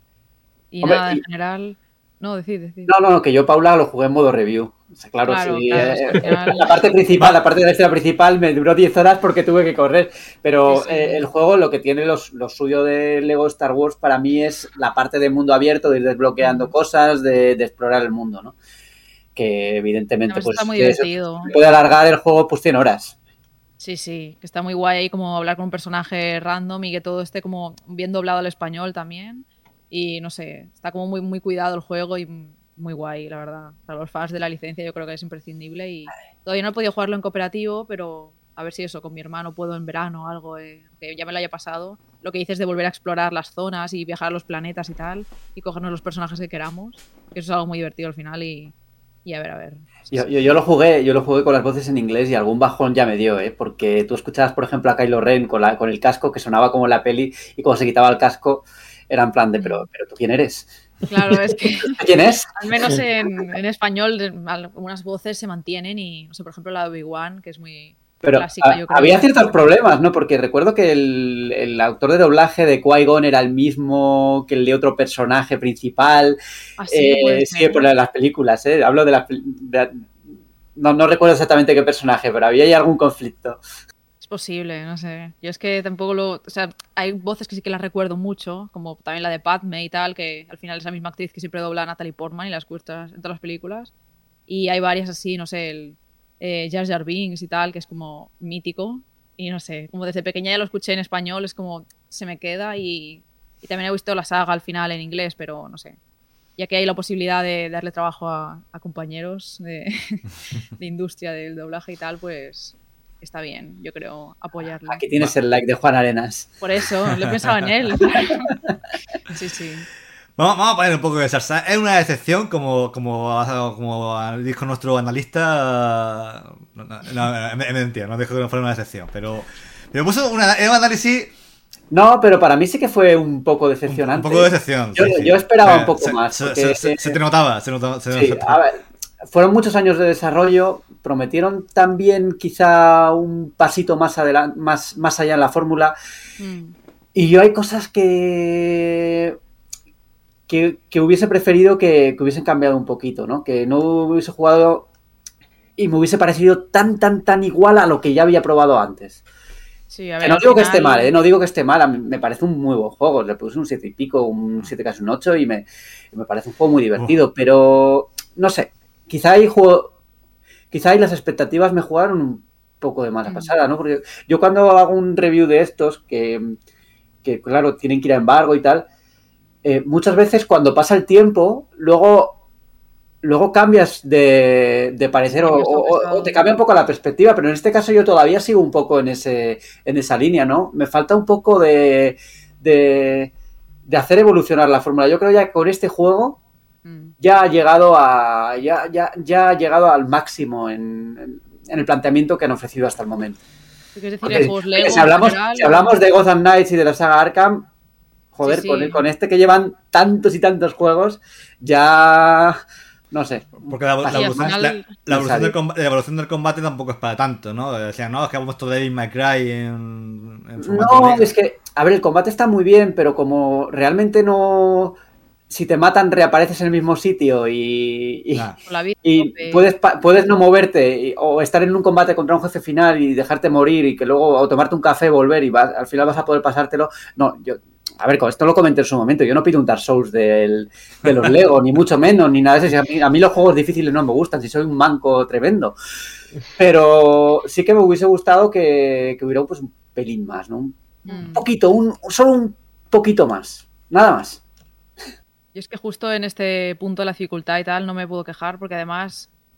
Y hombre, nada, en general... No, decid. No, que yo, Paula, lo jugué en modo review. O sea, claro, sí. La parte de la historia principal me duró 10 horas porque tuve que correr. Pero sí. El juego, lo que tiene lo suyo de Lego Star Wars para mí es la parte de mundo abierto, de ir desbloqueando cosas, de explorar el mundo, ¿no? Que evidentemente pues está muy divertido. Puede alargar el juego pues 100 horas. Sí, que está muy guay ahí como hablar con un personaje random y que todo esté como bien doblado al español también. Y no sé, está como muy, muy cuidado el juego y muy guay, la verdad. Para los fans de la licencia yo creo que es imprescindible y todavía no he podido jugarlo en cooperativo, pero a ver si eso, con mi hermano puedo en verano o algo, que ya me lo haya pasado. Lo que dices de volver a explorar las zonas y viajar a los planetas y tal, y cogernos los personajes que queramos, que eso es algo muy divertido al final y a ver. Yo lo jugué con las voces en inglés y algún bajón ya me dio, porque tú escuchabas, por ejemplo, a Kylo Ren con el casco, que sonaba como en la peli, y cuando se quitaba el casco era en plan de, pero ¿tú quién eres? Claro, es que... ¿Quién es? Al menos en español algunas voces se mantienen y, no sé, por ejemplo, la de Obi-Wan, que es muy clásica, yo creo. Había ciertos problemas, ¿no? Porque recuerdo que el actor de doblaje de Qui-Gon era el mismo que el de otro personaje principal. Sí, por las películas, Hablo de no recuerdo exactamente qué personaje, pero había ahí algún conflicto. Es posible, no sé. Yo es que tampoco o sea, hay voces que sí que las recuerdo mucho, como también la de Padme y tal, que al final es la misma actriz que siempre dobla a Natalie Portman y la escuchas en todas las películas. Y hay varias así, no sé, el Jar Jar Binks y tal, que es como mítico. Y no sé, como desde pequeña ya lo escuché en español, es como se me queda y también he visto la saga al final en inglés, pero no sé. Ya que hay la posibilidad de darle trabajo a compañeros de industria del doblaje y tal, pues... está bien, yo creo, apoyarlo. Aquí tienes el like de Juan Arenas. Por eso, lo he pensado en él. Sí. Vamos a poner un poco de salsa. Es una decepción, como dijo nuestro analista. Me mentira, no dijo que no fuera una decepción, pero puso un análisis. No, pero para mí sí que fue un poco decepcionante. Un poco de decepción. Yo esperaba un poco más. Se te notaba. Sí, a ver, fueron muchos años de desarrollo, prometieron también quizá un pasito más adelante, más allá en la fórmula. Y yo hay cosas que hubiese preferido que hubiesen cambiado un poquito, ¿no? Que no hubiese jugado y me hubiese parecido tan igual a lo que ya había probado antes. Sí, a ver, que no digo que esté mal, no digo que esté mal, a mí me parece un muy buen juego, le puse un 7 y pico, un 7 casi un 8 y me parece un juego muy divertido, pero no sé, quizá ahí las expectativas me jugaron un poco de mala pasada, ¿no? Porque yo cuando hago un review de estos, que claro, tienen que ir a embargo y tal, muchas veces cuando pasa el tiempo, luego cambias de parecer o te cambia un poco la perspectiva, pero en este caso yo todavía sigo un poco en esa línea, ¿no? Me falta un poco de hacer evolucionar la fórmula. Yo creo ya que con este juego ya ha llegado al máximo en el planteamiento que han ofrecido hasta el momento. Si hablamos de Gotham Knights y de la saga Arkham, joder, sí. Con este que llevan tantos y tantos juegos, ya... No sé. Porque la evolución del combate tampoco es para tanto, ¿no? Decían, no, es que hemos puesto Devil May Cry en formato No, es que, a ver, el combate está muy bien, pero como realmente no... Si te matan, reapareces en el mismo sitio y puedes no moverte o estar en un combate contra un jefe final y dejarte morir y que luego o tomarte un café, volver y al final vas a poder pasártelo. No, a ver, con esto lo comenté en su momento. Yo no pido un Dark Souls de los Lego, ni mucho menos, ni nada de eso. A mí los juegos difíciles no me gustan, si soy un manco tremendo. Pero sí que me hubiese gustado que hubiera pues, un pelín más, ¿no? Un poquito, solo un poquito más. Nada más. Yo es que justo en este punto de la dificultad y tal no me puedo quejar porque además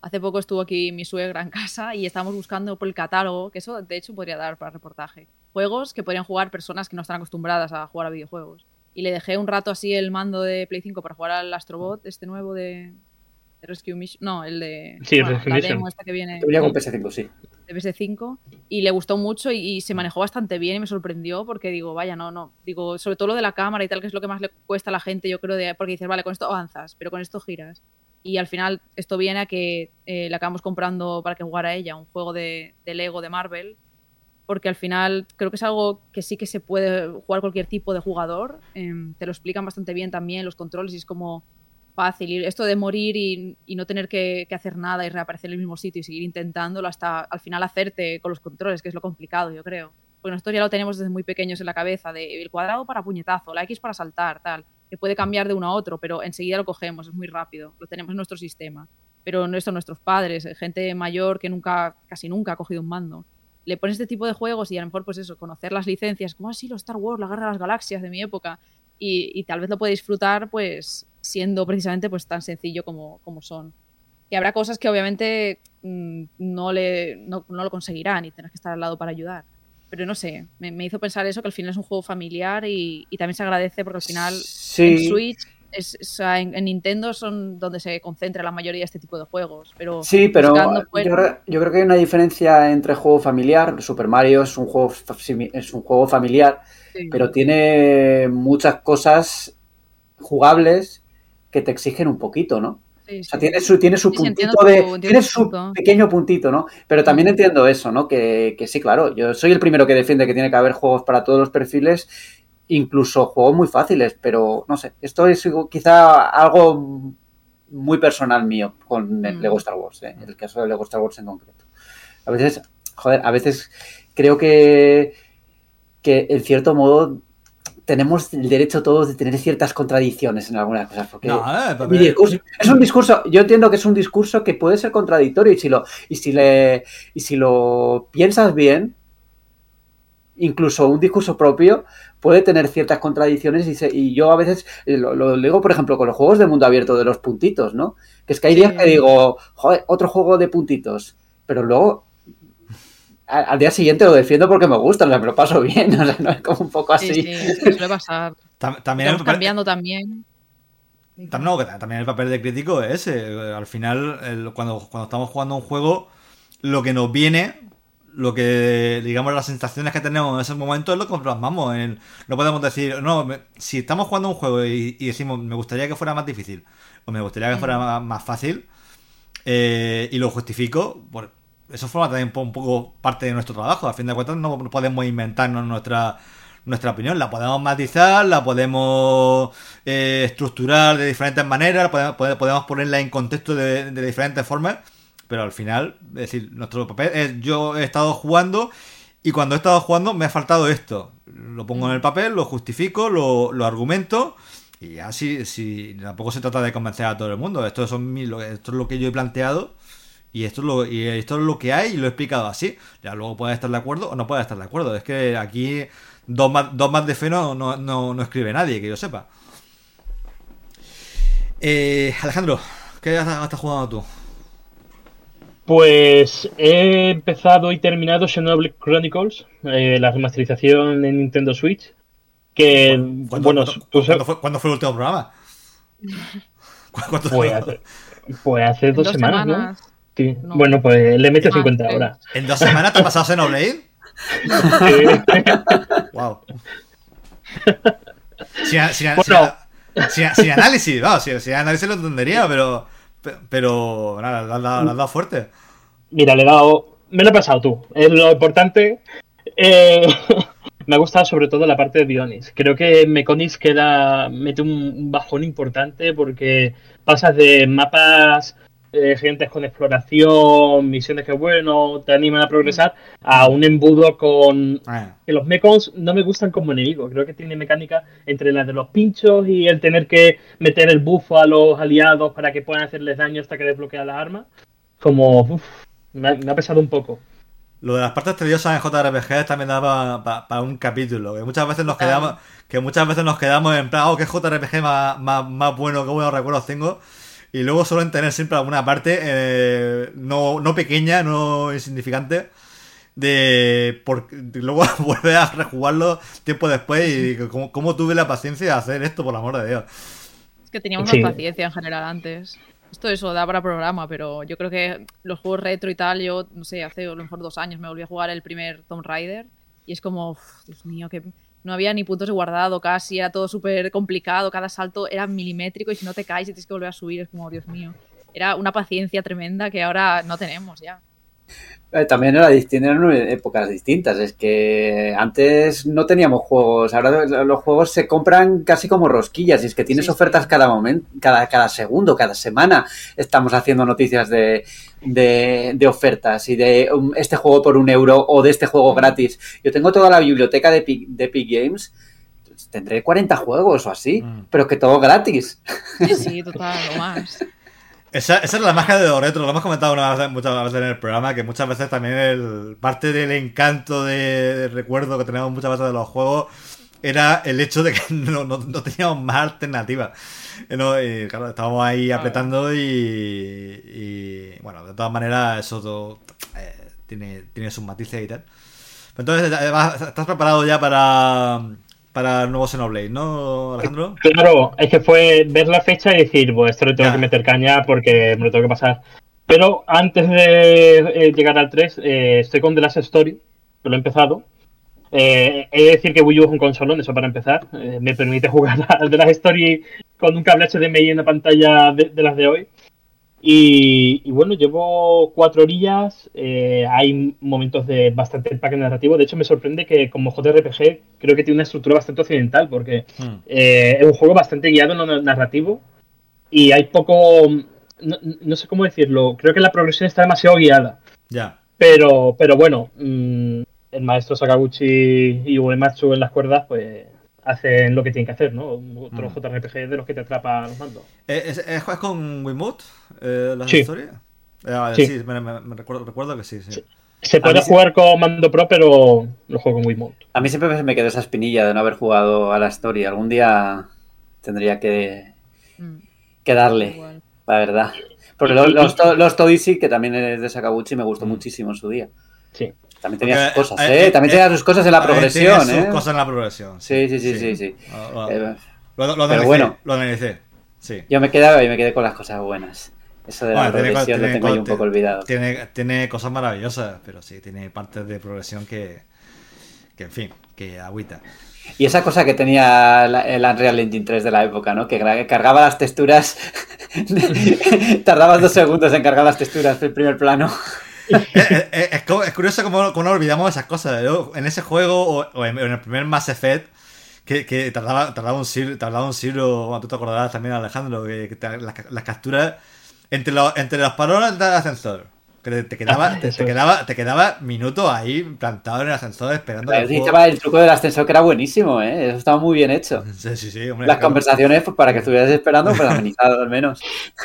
Hace poco estuvo aquí mi suegra en casa y estábamos buscando por el catálogo, que eso de hecho podría dar para reportaje, juegos que podrían jugar personas que no están acostumbradas a jugar a videojuegos. Y le dejé un rato así el mando de Play 5 para jugar al Astrobot, este nuevo de Rescue Mission. No, el de... Sí, bueno, Rescue la Mission. demo esta que viene Venía con PS5, sí. de PS5 y le gustó mucho y se manejó bastante bien y me sorprendió porque digo, vaya, no. Digo, sobre todo lo de la cámara y tal, que es lo que más le cuesta a la gente, yo creo, porque dices, vale, con esto avanzas, pero con esto giras. Y al final esto viene a que le acabamos comprando para que jugara ella un juego de Lego de Marvel, porque al final creo que es algo que sí que se puede jugar cualquier tipo de jugador. Te lo explican bastante bien también los controles y es como fácil. Y esto de morir y no tener que hacer nada y reaparecer en el mismo sitio y seguir intentándolo hasta al final hacerte con los controles, que es lo complicado, yo creo. Porque nosotros ya lo tenemos desde muy pequeños en la cabeza, de el cuadrado para puñetazo, la X para saltar, tal, que puede cambiar de uno a otro, pero enseguida lo cogemos, es muy rápido, lo tenemos en nuestro sistema. Pero no esto, nuestros padres, gente mayor que casi nunca ha cogido un mando. Le pones este tipo de juegos y a lo mejor, pues eso, conocer las licencias, como así los Star Wars, la Guerra de las Galaxias de mi época, y tal vez lo puede disfrutar, pues, siendo precisamente pues tan sencillo como son. Que habrá cosas que obviamente no lo conseguirán y tendrás que estar al lado para ayudar. Pero no sé, me hizo pensar eso, que al final es un juego familiar y también se agradece porque al final en Switch, en Nintendo son donde se concentra la mayoría de este tipo de juegos. Pero sí, pero yo creo que hay una diferencia entre juego familiar. Super Mario es un juego familiar, sí, pero tiene muchas cosas jugables que te exigen un poquito, ¿no? Sí, o sea, tiene su puntito tiene su pequeño puntito, ¿no? Pero también entiendo eso, ¿no? Que sí, claro, yo soy el primero que defiende que tiene que haber juegos para todos los perfiles, incluso juegos muy fáciles, pero no sé, esto es quizá algo muy personal mío con el Lego Star Wars, el caso de Lego Star Wars en concreto. A veces creo que en cierto modo tenemos el derecho todos de tener ciertas contradicciones en algunas cosas, porque mi discurso es un discurso, yo entiendo que es un discurso que puede ser contradictorio y si lo piensas bien, incluso un discurso propio puede tener ciertas contradicciones y yo a veces lo digo, por ejemplo, con los juegos de mundo abierto de los puntitos, ¿no? Que es que hay días que digo, joder, otro juego de puntitos, pero luego al día siguiente lo defiendo porque me gusta, o sea, me lo paso bien, o sea, no es como un poco así. Sí, suele pasar. También estamos cambiando también. También el papel de crítico es ese. Al final, cuando estamos jugando un juego, lo que nos viene, lo que, digamos, las sensaciones que tenemos en ese momento es lo que plasmamos. No podemos decir, no, si estamos jugando un juego y decimos, me gustaría que fuera más difícil, o me gustaría que fuera más fácil, y lo justifico, pues eso forma también un poco parte de nuestro trabajo. A fin de cuentas no podemos inventarnos nuestra opinión, la podemos matizar, la podemos estructurar de diferentes maneras, podemos ponerla en contexto de diferentes formas, pero al final, es decir, nuestro papel es, yo he estado jugando y cuando he estado jugando me ha faltado esto, lo pongo en el papel, lo justifico, lo argumento. Y así tampoco se trata de convencer a todo el mundo. Esto es lo que yo he planteado y esto es lo que hay y lo he explicado así. Ya luego puedes estar de acuerdo o no puedes estar de acuerdo. Es que aquí dos más de fe no escribe nadie, que yo sepa. Alejandro, ¿qué estás jugando tú? Pues he empezado y terminado Xenoblade Chronicles, la remasterización en Nintendo Switch. Que, ¿Cuándo fue el último programa? Pues hace 2 semanas, ¿no? Sí. No. Bueno, pues le meto 50 horas. ¿En 2 semanas te has pasado Xenoblade? Wow. Sin análisis, vamos, sin análisis lo entendería, pero nada, la has dado fuerte. Mira, me lo he pasado tú. Es lo importante. Me ha gustado sobre todo la parte de Bionis. Creo que Meconis mete un bajón importante porque pasas de mapas gigantes con exploración, misiones que bueno, te animan a progresar, a un embudo con... Que los Mecons no me gustan como enemigos. Creo que tiene mecánica entre la de los pinchos y el tener que meter el buffo a los aliados para que puedan hacerles daño hasta que desbloquean las armas. Como... me ha pesado un poco. Lo de las partes tediosas en JRPG también da para un capítulo, que muchas veces nos quedamos en plan, qué JRPG más bueno, qué buenos recuerdos tengo, y luego suelen tener siempre alguna parte no pequeña, no insignificante, luego vuelve a rejugarlo tiempo después y cómo tuve la paciencia de hacer esto, por el amor de Dios. Es que teníamos más paciencia en general antes. Eso da para programa, pero yo creo que los juegos retro y tal, yo no sé, hace a lo mejor 2 años me volví a jugar el primer Tomb Raider y es como, Dios mío, que no había ni puntos de guardado casi, era todo súper complicado, cada salto era milimétrico y si no te caes y tienes que volver a subir, es como, Dios mío. Era una paciencia tremenda que ahora no tenemos ya. También eran épocas distintas. Es que antes no teníamos juegos. Ahora los juegos se compran casi como rosquillas. Y es que tienes ofertas cada momento, cada segundo, cada semana. Estamos haciendo noticias de ofertas y de este juego por €1 o de este juego gratis. Yo tengo toda la biblioteca de Epic Games. Tendré 40 juegos o así, pero que todo gratis. Sí, total, o más. Esa es la magia de los retro, lo hemos comentado muchas veces en el programa, que muchas veces también parte del encanto de recuerdo que tenemos muchas veces de los juegos era el hecho de que no teníamos más alternativas. Y claro, estábamos ahí apretando y bueno, de todas maneras eso todo, tiene sus matices y tal. Entonces, ¿estás preparado ya para el nuevo Xenoblade, no, Alejandro? Claro, es que fue ver la fecha y decir, pues esto le tengo que meter caña porque me lo tengo que pasar. Pero antes de llegar al 3, estoy con The Last Story, que lo he empezado. He de decir que Wii U es un consolón, eso para empezar. Me permite jugar al The Last Story con un cable HDMI en la pantalla de las de hoy. Y bueno, llevo 4 horillas, hay momentos de bastante empaque narrativo. De hecho, me sorprende que como JRPG creo que tiene una estructura bastante occidental, porque es un juego bastante guiado en lo narrativo y hay poco... No sé cómo decirlo, creo que la progresión está demasiado guiada. Ya. Pero bueno, el maestro Sakaguchi y Uematsu en las cuerdas, pues hacen lo que tienen que hacer, ¿no? Otro JRPG de los que te atrapa a los mandos. ¿Es con Wiimote la historia? Sí, me recuerdo que sí. Se puede jugar con mando pro, pero lo juego con Wiimote. A mí siempre me quedó esa espinilla de no haber jugado a la historia. Algún día tendría que darle, igual. La verdad. Porque los Toysy, que también es de Sakaguchi, me gustó muchísimo en su día. Sí. También tenía sus cosas, también tenía sus cosas en la progresión, sus cosas en la progresión. Sí. Pero bueno, lo analicé. Sí. Yo me quedé con las cosas buenas. Eso de la progresión lo tengo yo un poco olvidado. Tiene cosas maravillosas, pero sí, tiene partes de progresión que en fin, que agüita. Y esa cosa que tenía el Unreal Engine 3 de la época, ¿no? Que cargaba las texturas. Tardabas 2 segundos en cargar las texturas del primer plano. Es curioso cómo no olvidamos esas cosas. Yo, en ese juego o en el primer Mass Effect que tardaba un siglo, bueno, tú te acordarás también, Alejandro, que las capturas entre los parones del ascensor, que te quedaba minutos ahí plantado en el ascensor esperando. El truco del ascensor que era buenísimo, eso estaba muy bien hecho. Sí, hombre, las conversaciones, pues para que estuvieras esperando, pues amenizado al menos.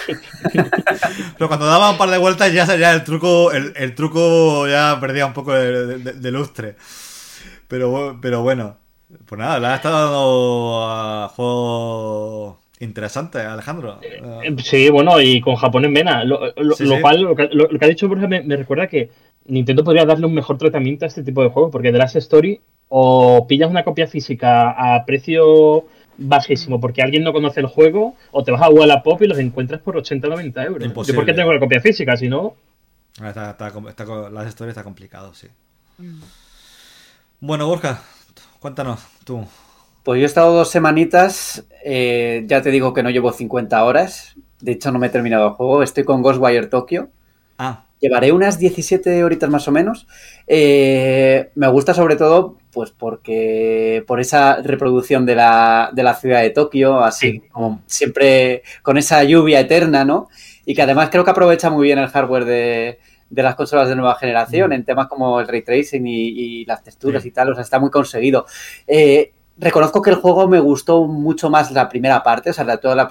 Pero cuando daba un par de vueltas ya el truco ya perdía un poco de lustre. Pero bueno, pues nada, le ha estado dando a juegos interesantes, Alejandro. Sí, bueno, y con Japón en vena. Lo cual, lo que ha dicho Borja me recuerda que Nintendo podría darle un mejor tratamiento a este tipo de juegos, porque The Last Story o pillas una copia física a precio bajísimo porque alguien no conoce el juego, o te vas a Wallapop y los encuentras por 80 o 90 euros. Imposible. Yo porque tengo la copia física, si no... Last Story está complicado, sí. Bueno, Borja, cuéntanos tú. Pues yo he estado 2 semanitas, ya te digo que no llevo 50 horas, de hecho no me he terminado el juego, estoy con Ghostwire Tokyo. Llevaré unas 17 horitas más o menos. Me gusta sobre todo pues porque por esa reproducción de la ciudad de Tokio, así como siempre con esa lluvia eterna, ¿no? Y que además creo que aprovecha muy bien el hardware de las consolas de nueva generación en temas como el ray tracing y las texturas y tal, o sea, está muy conseguido. Reconozco que el juego me gustó mucho más la primera parte, o sea,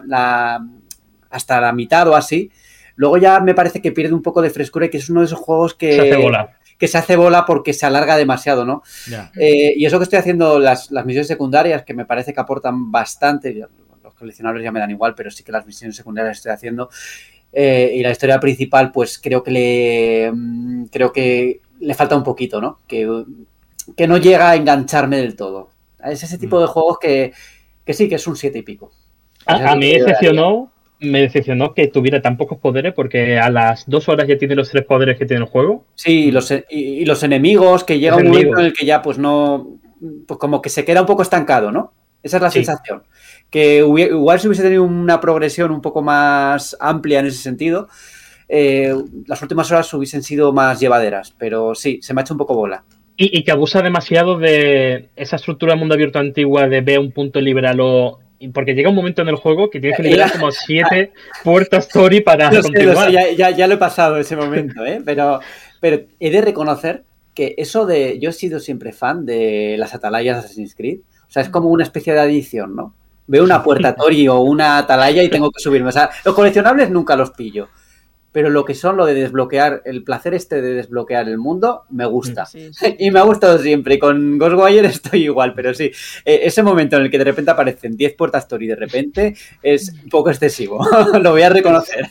hasta la mitad o así. Luego ya me parece que pierde un poco de frescura y que es uno de esos juegos que se hace bola porque se alarga demasiado, ¿no? Yeah. Y eso que estoy haciendo, las misiones secundarias, que me parece que aportan bastante, coleccionables ya me dan igual, pero sí que las misiones secundarias estoy haciendo. Y la historia principal, pues creo que le falta un poquito, ¿no? Que no llega a engancharme del todo. Es ese tipo de juegos que sí, que es un 7 y pico. A mí me decepcionó que tuviera tan pocos poderes, porque a las 2 horas ya tiene los 3 poderes que tiene el juego. Sí, y los enemigos, que llega un momento en el que ya pues no, pues como que se queda un poco estancado, ¿no? Esa es la sensación. Que igual si hubiese tenido una progresión un poco más amplia en ese sentido, las últimas horas hubiesen sido más llevaderas, pero sí, se me ha hecho un poco bola. Y que abusa demasiado de esa estructura de mundo abierto antigua de ve un punto líbralo, porque llega un momento en el juego que tienes que liberar como 7 puertas story para continuar. Ya lo he pasado ese momento, pero he de reconocer que eso de... Yo he sido siempre fan de las atalayas de Assassin's Creed. O sea, es como una especie de adición, ¿no? Veo una puerta tori o una atalaya y tengo que subirme. O sea, los coleccionables nunca los pillo. Pero lo que son lo de desbloquear, el placer de desbloquear el mundo, me gusta. Sí. Y me ha gustado siempre. Y con Ghostwire estoy igual, pero sí. Ese momento en el que de repente aparecen 10 puertas Tori de repente es un poco excesivo. Lo voy a reconocer.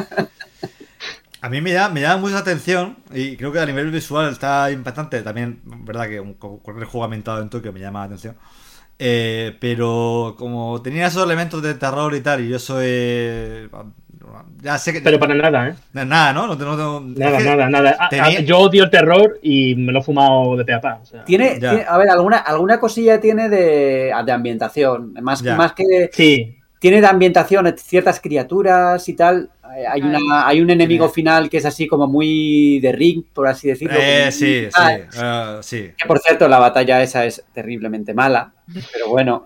A mí me llama mucha atención y creo que a nivel visual está impactante. También, verdad que cualquier juego ambientado en Tokio me llama la atención. Pero como tenía esos elementos de terror y tal, y yo soy... Ya sé que... Pero para nada, ¿eh? Nada, ¿no? Nada. Yo odio el terror y me lo he fumado de pe a pa. O sea. Tiene, a ver, alguna cosilla tiene de ambientación. Más que... Sí. Tiene de ambientación ciertas criaturas y tal. Hay un enemigo final que es así como muy de Ring, por así decirlo. Sí. Que por cierto, la batalla esa es terriblemente mala, pero bueno.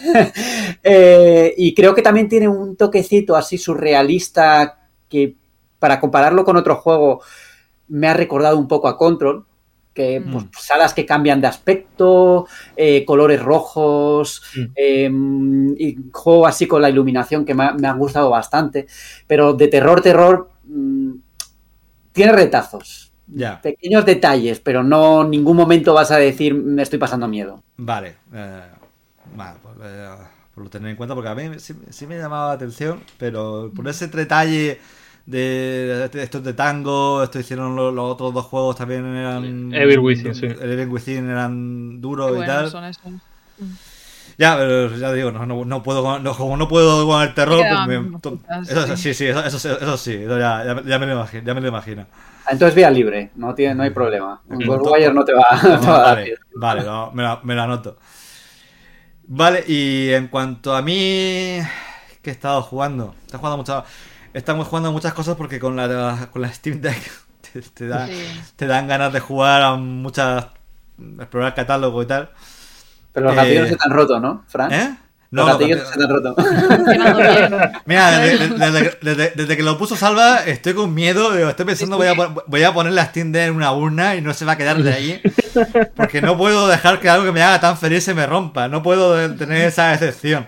Y creo que también tiene un toquecito así surrealista que, para compararlo con otro juego, me ha recordado un poco a Control. Que, pues, salas que cambian de aspecto, colores rojos, y juego así con la iluminación que me han gustado bastante, pero de terror tiene retazos, pequeños detalles, pero no en ningún momento vas a decir me estoy pasando miedo. Vale, por lo tener en cuenta, porque a mí sí me llamaba la atención, pero por ese detalle de estos de Tango, esto hicieron los otros 2 juegos también eran... Evil Within, sí. Evil Within eran duros y tal. Son eso. Ya, pero ya digo, no puedo con el terror. Eso sí, ya me lo imagino. Entonces vía libre, no hay problema. Ghostwire no te va a dar. Vale, me lo anoto. Vale, y en cuanto a mí, ¿qué he estado jugando? Estamos jugando muchas cosas porque con la Steam Deck te dan ganas de jugar a explorar catálogo y tal. Pero los gatillos se te han roto, ¿no, Fran? No, los gatillos se te han roto. Mira, desde que lo puso Salva estoy con miedo. Estoy pensando voy a poner la Steam Deck en una urna y no se va a quedar de ahí. Porque no puedo dejar que algo que me haga tan feliz se me rompa. No puedo tener esa excepción.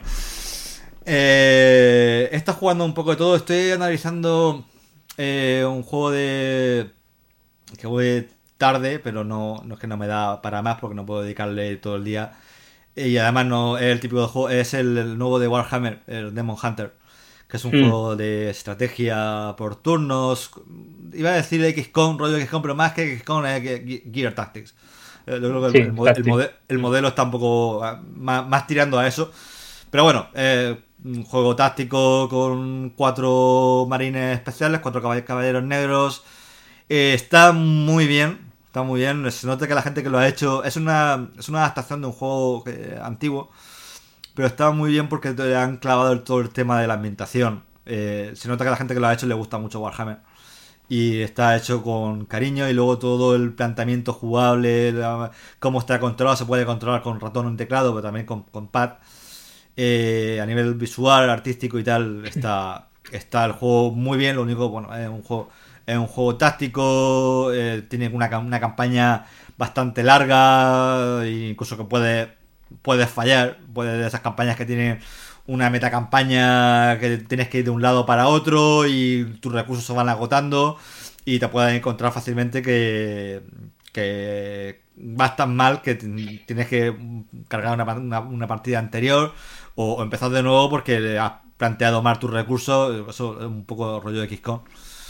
He estado jugando un poco de todo. Estoy analizando un juego que voy tarde, pero no es que no me da para más porque no puedo dedicarle todo el día. Y además no es el típico de juego, es el nuevo de Warhammer, el Demon Hunter, que es un juego de estrategia por turnos. Iba a decir XCOM, rollo XCOM, pero más que XCOM es Gear Tactics. Yo creo que el modelo está un poco más tirando a eso. Pero bueno, un juego táctico con 4 marines especiales, 4 caballeros negros. Está muy bien. Se nota que la gente que lo ha hecho es una adaptación de un juego antiguo, pero está muy bien porque te han clavado todo el tema de la ambientación. Se nota que a la gente que lo ha hecho le gusta mucho Warhammer y está hecho con cariño, y luego todo el planteamiento jugable, cómo está controlado, se puede controlar con ratón y teclado, pero también con pad. A nivel visual, artístico y tal, está el juego muy bien. Lo único, bueno, es un juego táctico, tiene una campaña bastante larga, e incluso que puedes fallar, de esas campañas que tienen una metacampaña que tienes que ir de un lado para otro y tus recursos se van agotando y te puedes encontrar fácilmente que vas tan mal que tienes que cargar una partida anterior o empezar de nuevo porque has planteado mal tus recursos. Eso es un poco rollo de XCOM.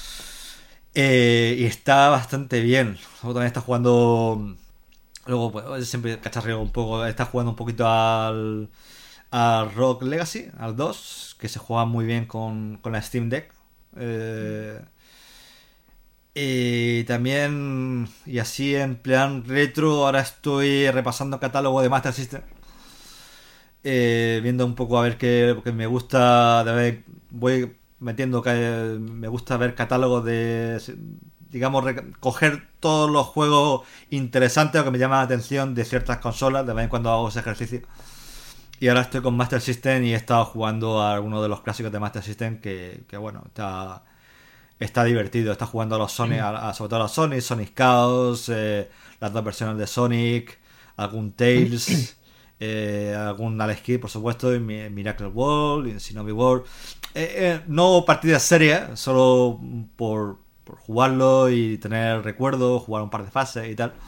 Y está bastante bien. Luego también está jugando. Luego, pues, siempre cacharreo un poco. Está jugando un poquito al Rogue Legacy, al 2, que se juega muy bien con la Steam Deck. Y también, y así en plan retro, ahora estoy repasando catálogo de Master System. Viendo un poco a ver qué, porque me gusta, voy metiendo que me gusta ver catálogos de, digamos, coger todos los juegos interesantes o que me llaman la atención de ciertas consolas, de vez en cuando hago ese ejercicio. Y ahora estoy con Master System y he estado jugando a algunos de los clásicos de Master System que bueno, está divertido. Está jugando a los Sonic, sobre todo a los Sonic Chaos, las dos versiones de Sonic, algún Tails, algún Alex Kidd, por supuesto, y Miracle World, y Shinobi World. No partidas serias, solo por jugarlo y tener recuerdos, jugar un par de fases y tal.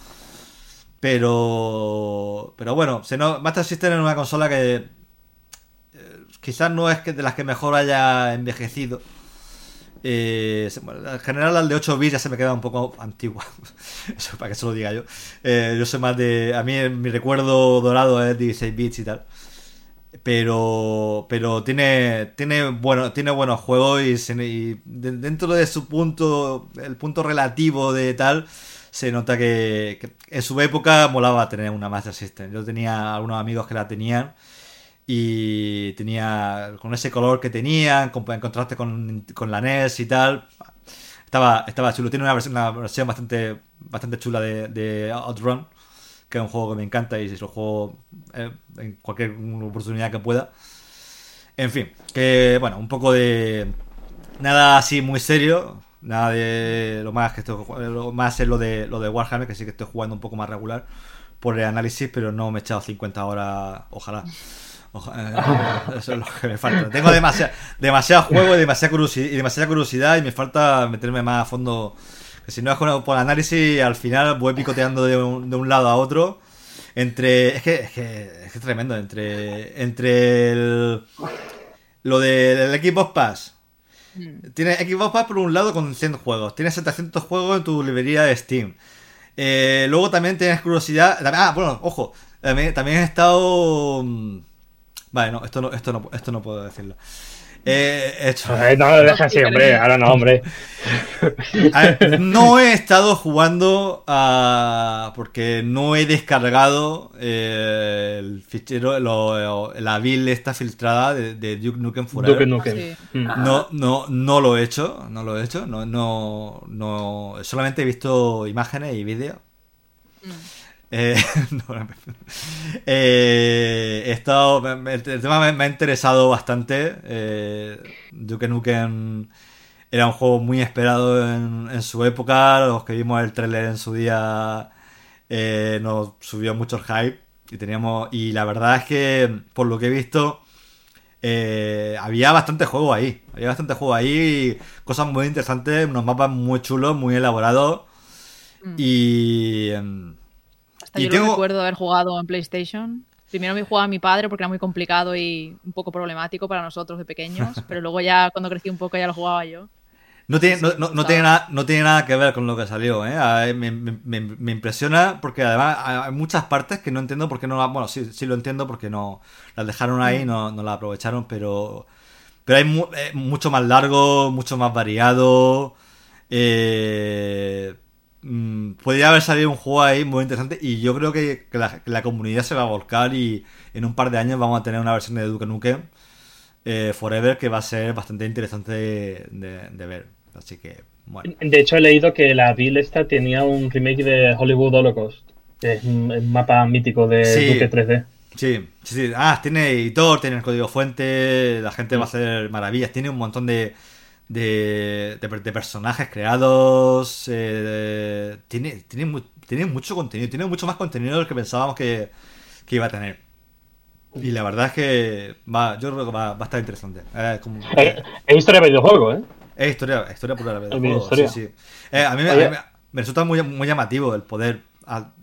Pero bueno, Master System es una consola que quizás no es que de las que mejor haya envejecido. En general, al de 8 bits ya se me queda un poco antigua. Eso para que se lo diga yo. Yo soy más de. A mí mi recuerdo dorado es 16 bits y tal. Pero tiene buenos juegos y dentro de su punto, el punto relativo de tal, se nota que en su época molaba tener una Master System. Yo tenía algunos amigos que la tenían y tenía con ese color que tenían, en contraste con la NES y tal, estaba chulo. Tiene una versión bastante chula de Outrun, que es un juego que me encanta y si lo juego en cualquier oportunidad que pueda. En fin, que bueno, un poco de nada así muy serio, nada de lo más es lo de Warhammer, que sí que estoy jugando un poco más regular por el análisis, pero no me he echado 50 horas, ojalá. Eso es lo que me falta. Tengo demasiado juego y demasiada curiosidad y me falta meterme más a fondo. Que si no es por análisis, al final voy picoteando de un lado a otro. Es que es tremendo. Entre lo del Xbox Pass. Tienes Xbox Pass por un lado con 100 juegos. Tienes 700 juegos en tu librería de Steam. Luego también tienes curiosidad. Bueno, ojo. También he estado. Vale, no, esto no puedo decirlo. No lo dejas así, hombre. Ahora no, hombre. A ver, no he estado jugando porque no he descargado el fichero, la build esta filtrada de Duke Nukem Forever. Duke Nukem. Sí. No lo he hecho. No, solamente he visto imágenes y vídeos. He estado. El tema me ha interesado bastante. Duke Nukem era un juego muy esperado en su época. Los que vimos el trailer en su día nos subió mucho el hype. Y la verdad es que, por lo que he visto, había bastante juego ahí. Cosas muy interesantes, unos mapas muy chulos, muy elaborados. Yo lo recuerdo haber jugado en PlayStation. Primero me jugaba mi padre porque era muy complicado y un poco problemático para nosotros de pequeños, pero luego ya cuando crecí un poco ya lo jugaba yo. No tiene nada que ver con lo que salió, ¿eh? Me impresiona porque además hay muchas partes que no entiendo por qué no bueno, sí lo entiendo porque no las dejaron ahí, no las aprovecharon, pero hay mucho más largo, mucho más variado. Podría haber salido un juego ahí muy interesante y yo creo que la comunidad se va a volcar y en un par de años vamos a tener una versión de Duke Nukem Forever que va a ser bastante interesante de ver. Así que, bueno. De hecho, he leído que la build esta tenía un remake de Hollywood Holocaust, que es un mapa mítico de Duke 3D. Sí. Tiene editor, tiene el código fuente, la gente va a hacer maravillas, tiene un montón de personajes creados, tiene mucho contenido, tiene mucho más contenido del que pensábamos que iba a tener. Y la verdad es que yo creo que va a estar interesante. Es historia de videojuego, ¿eh? Es historia pura de videojuego. Sí. A mí me resulta muy, muy llamativo el poder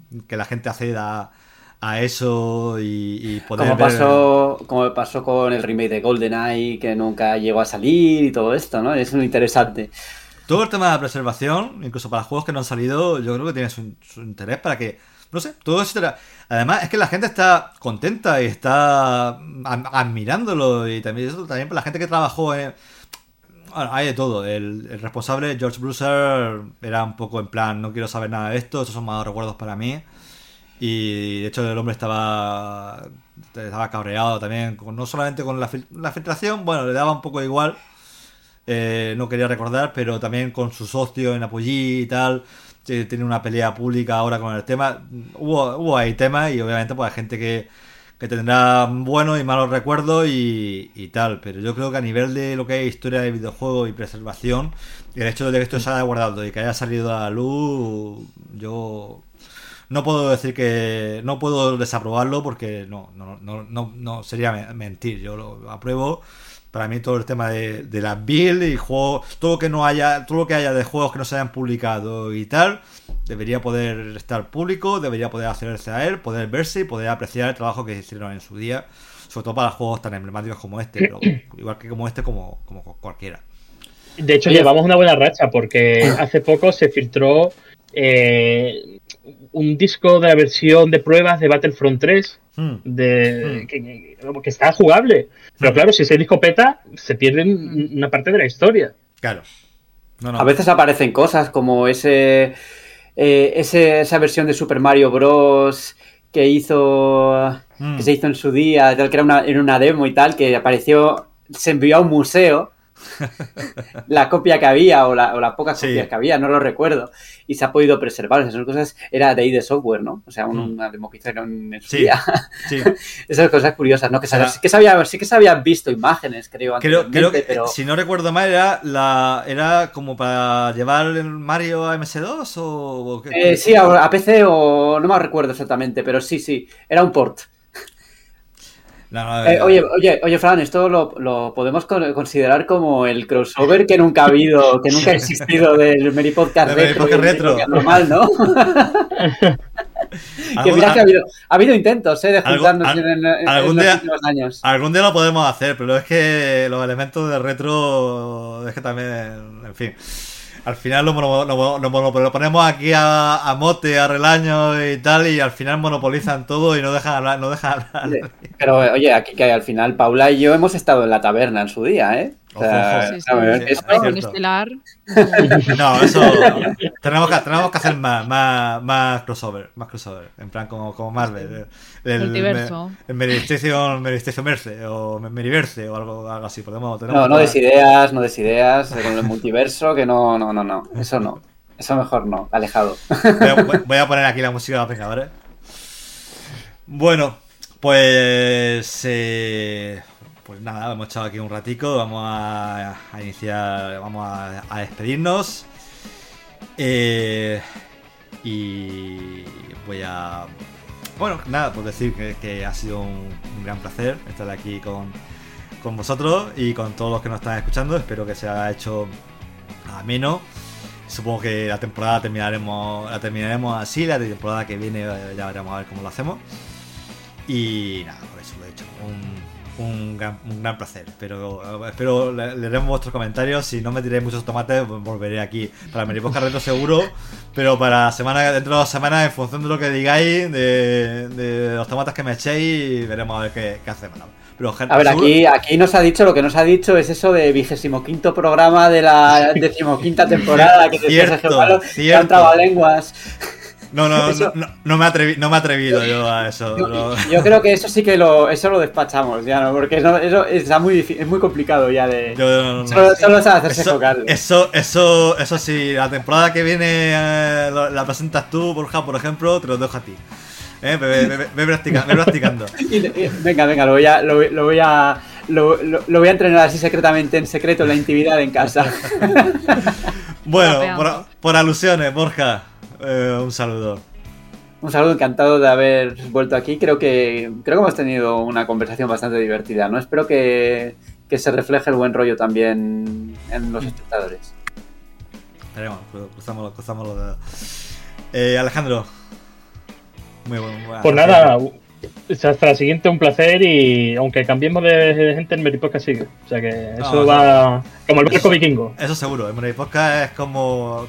que la gente acceda a eso y poder como pasó con el remake de GoldenEye, que nunca llegó a salir y todo esto, ¿no? Es muy interesante. Todo el tema de la preservación, incluso para juegos que no han salido, yo creo que tiene su interés para que, no sé, todo eso. Además, es que la gente está contenta y está admirándolo, y también eso también para la gente que trabajó en... Bueno, hay de todo. El responsable, George Brucer, era un poco en plan, no quiero saber nada de esto, estos son malos recuerdos para mí. Y de hecho el hombre estaba cabreado también, no solamente con la filtración, bueno, le daba un poco igual, no quería recordar, pero también con su socio en Apogee y tal, tiene una pelea pública ahora con el tema. Hubo ahí temas, y obviamente pues hay gente que tendrá buenos y malos recuerdos y tal, pero yo creo que a nivel de lo que es historia de videojuegos y preservación, el hecho de que esto se haya guardado y que haya salido a la luz, yo no puedo decir que no puedo desaprobarlo, porque no sería mentir. Yo lo apruebo. Para mí todo el tema de las builds y juegos, todo lo que haya de juegos que no se hayan publicado y tal, debería poder estar público, debería poder accederse a él, poder verse y poder apreciar el trabajo que hicieron en su día, sobre todo para juegos tan emblemáticos como este, pero igual que como este, como cualquiera. De hecho, llevamos una buena racha, porque hace poco se filtró un disco de la versión de pruebas de Battlefront 3 que está jugable. Pero claro, si ese disco peta, se pierde una parte de la historia. Claro. No. A veces aparecen cosas como esa versión de Super Mario Bros. Que se hizo en su día, tal, que era una demo y tal, que se envió a un museo la copia que había o las pocas copias que había, no lo recuerdo, y se ha podido preservar. Esas cosas era de ID Software, ¿no? O sea, una demo que hicieron en su día. Sí. Esas cosas curiosas, ¿no? Sí que se habían visto imágenes, creo que, pero... si no recuerdo mal, era como para llevar el Mario a MS2 o ¿qué? Sí, a PC, o no me recuerdo exactamente, pero sí, era un port. Oye, Fran, esto lo podemos considerar como el crossover que nunca ha existido del Meri Podcast Retro. Normal, ¿no? Que mira que ha habido intentos de juntarnos en los últimos años. Algún día lo podemos hacer, pero es que los elementos de retro es que también, en fin. Al final lo ponemos aquí a mote, a relaño y tal, y al final monopolizan todo y no dejan hablar. Pero oye, aquí que al final Paula y yo hemos estado en la taberna en su día, ¿eh? O sea, en Estelar. No, eso tenemos que hacer más crossover, en plan como Marvel, Multiverso. el Meristation Merce o Meriverse o algo así. No des ideas con el multiverso, que no, eso mejor no, alejado. Voy a poner aquí la música de los Vengadores. Bueno, pues nada, hemos echado aquí un ratico, vamos a iniciar, vamos a despedirnos, y voy a... Bueno, nada, pues decir que ha sido un gran placer estar aquí con vosotros y con todos los que nos están escuchando. Espero que se haya hecho ameno. Supongo que la temporada la terminaremos así, la temporada que viene ya veremos a ver cómo lo hacemos. Y nada, por eso lo he hecho. Un gran placer. Pero espero leeremos vuestros comentarios. Si no me tiréis muchos tomates, volveré aquí para Meri Podcast Retro seguro. Pero para dentro de 2 semanas, en función de lo que digáis, de los tomates que me echéis, veremos a ver qué hacemos. Pero, a ver, aquí nos ha dicho, lo que nos ha dicho es eso de 25º programa de la 15ª temporada, que se han trabalenguas. No me he atrevido yo a eso. Yo creo que eso sí que lo despachamos ya, ¿no? Porque eso está muy difícil, es muy complicado ya de... Solo sabe hacerse focal. Eso sí, la temporada que viene la presentas tú, Borja, por ejemplo, te lo dejo a ti. Ve practicando. Venga, lo voy a entrenar así secretamente, en secreto, en la intimidad en casa. Bueno, por alusiones, Borja. Un saludo. Un saludo, encantado de haber vuelto aquí. Creo que hemos tenido una conversación bastante divertida, ¿no? Espero que se refleje el buen rollo también en los espectadores. Esperemos, cruzamos los dedos. Alejandro. Pues nada, hasta la siguiente, un placer. Y aunque cambiemos de gente, el Meripodcast sigue. O sea que eso va como el barco vikingo. Eso seguro, el Meripodcast es como...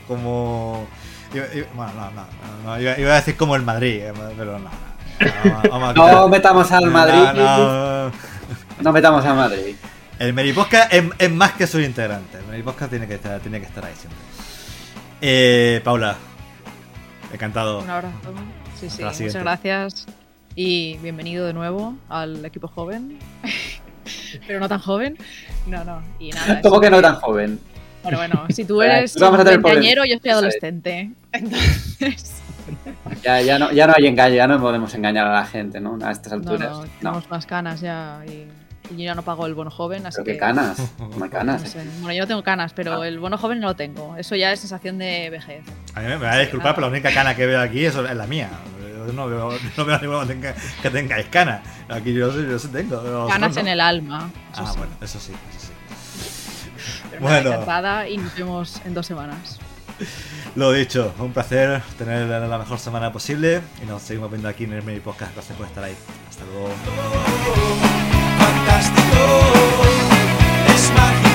Bueno, iba a decir como el Madrid, pero no. No metamos al Madrid. No metamos al Madrid. El Meripodcast es más que sus integrantes. El Meripodcast tiene que estar ahí siempre. Paula, encantado. Un abrazo. Sí, muchas gracias. Y bienvenido de nuevo al equipo joven. Pero no tan joven. No. Y nada, ¿Cómo que no tan joven? Bueno, si tú eres veinteañero, yo soy adolescente. Entonces... Ya no hay engaño, ya no podemos engañar a la gente, ¿no? A estas alturas. No, tenemos unas canas ya y yo ya no pago el bono joven, así ¿Pero que... qué canas? No hay canas. No sé. Bueno, yo no tengo canas, pero el bono joven no lo tengo. Eso ya es sensación de vejez. A mí me va a disculpar, pero la única cana que veo aquí es la mía. Yo no veo a ninguno que tengáis canas. Aquí yo sí tengo. Canas en el alma. Bueno, eso sí. Pero bueno, encantada y nos vemos en 2 semanas. Lo dicho, un placer tener la mejor semana posible y nos seguimos viendo aquí en el Meripodcast. Gracias por estar ahí. Hasta luego. Fantástico, es mágico.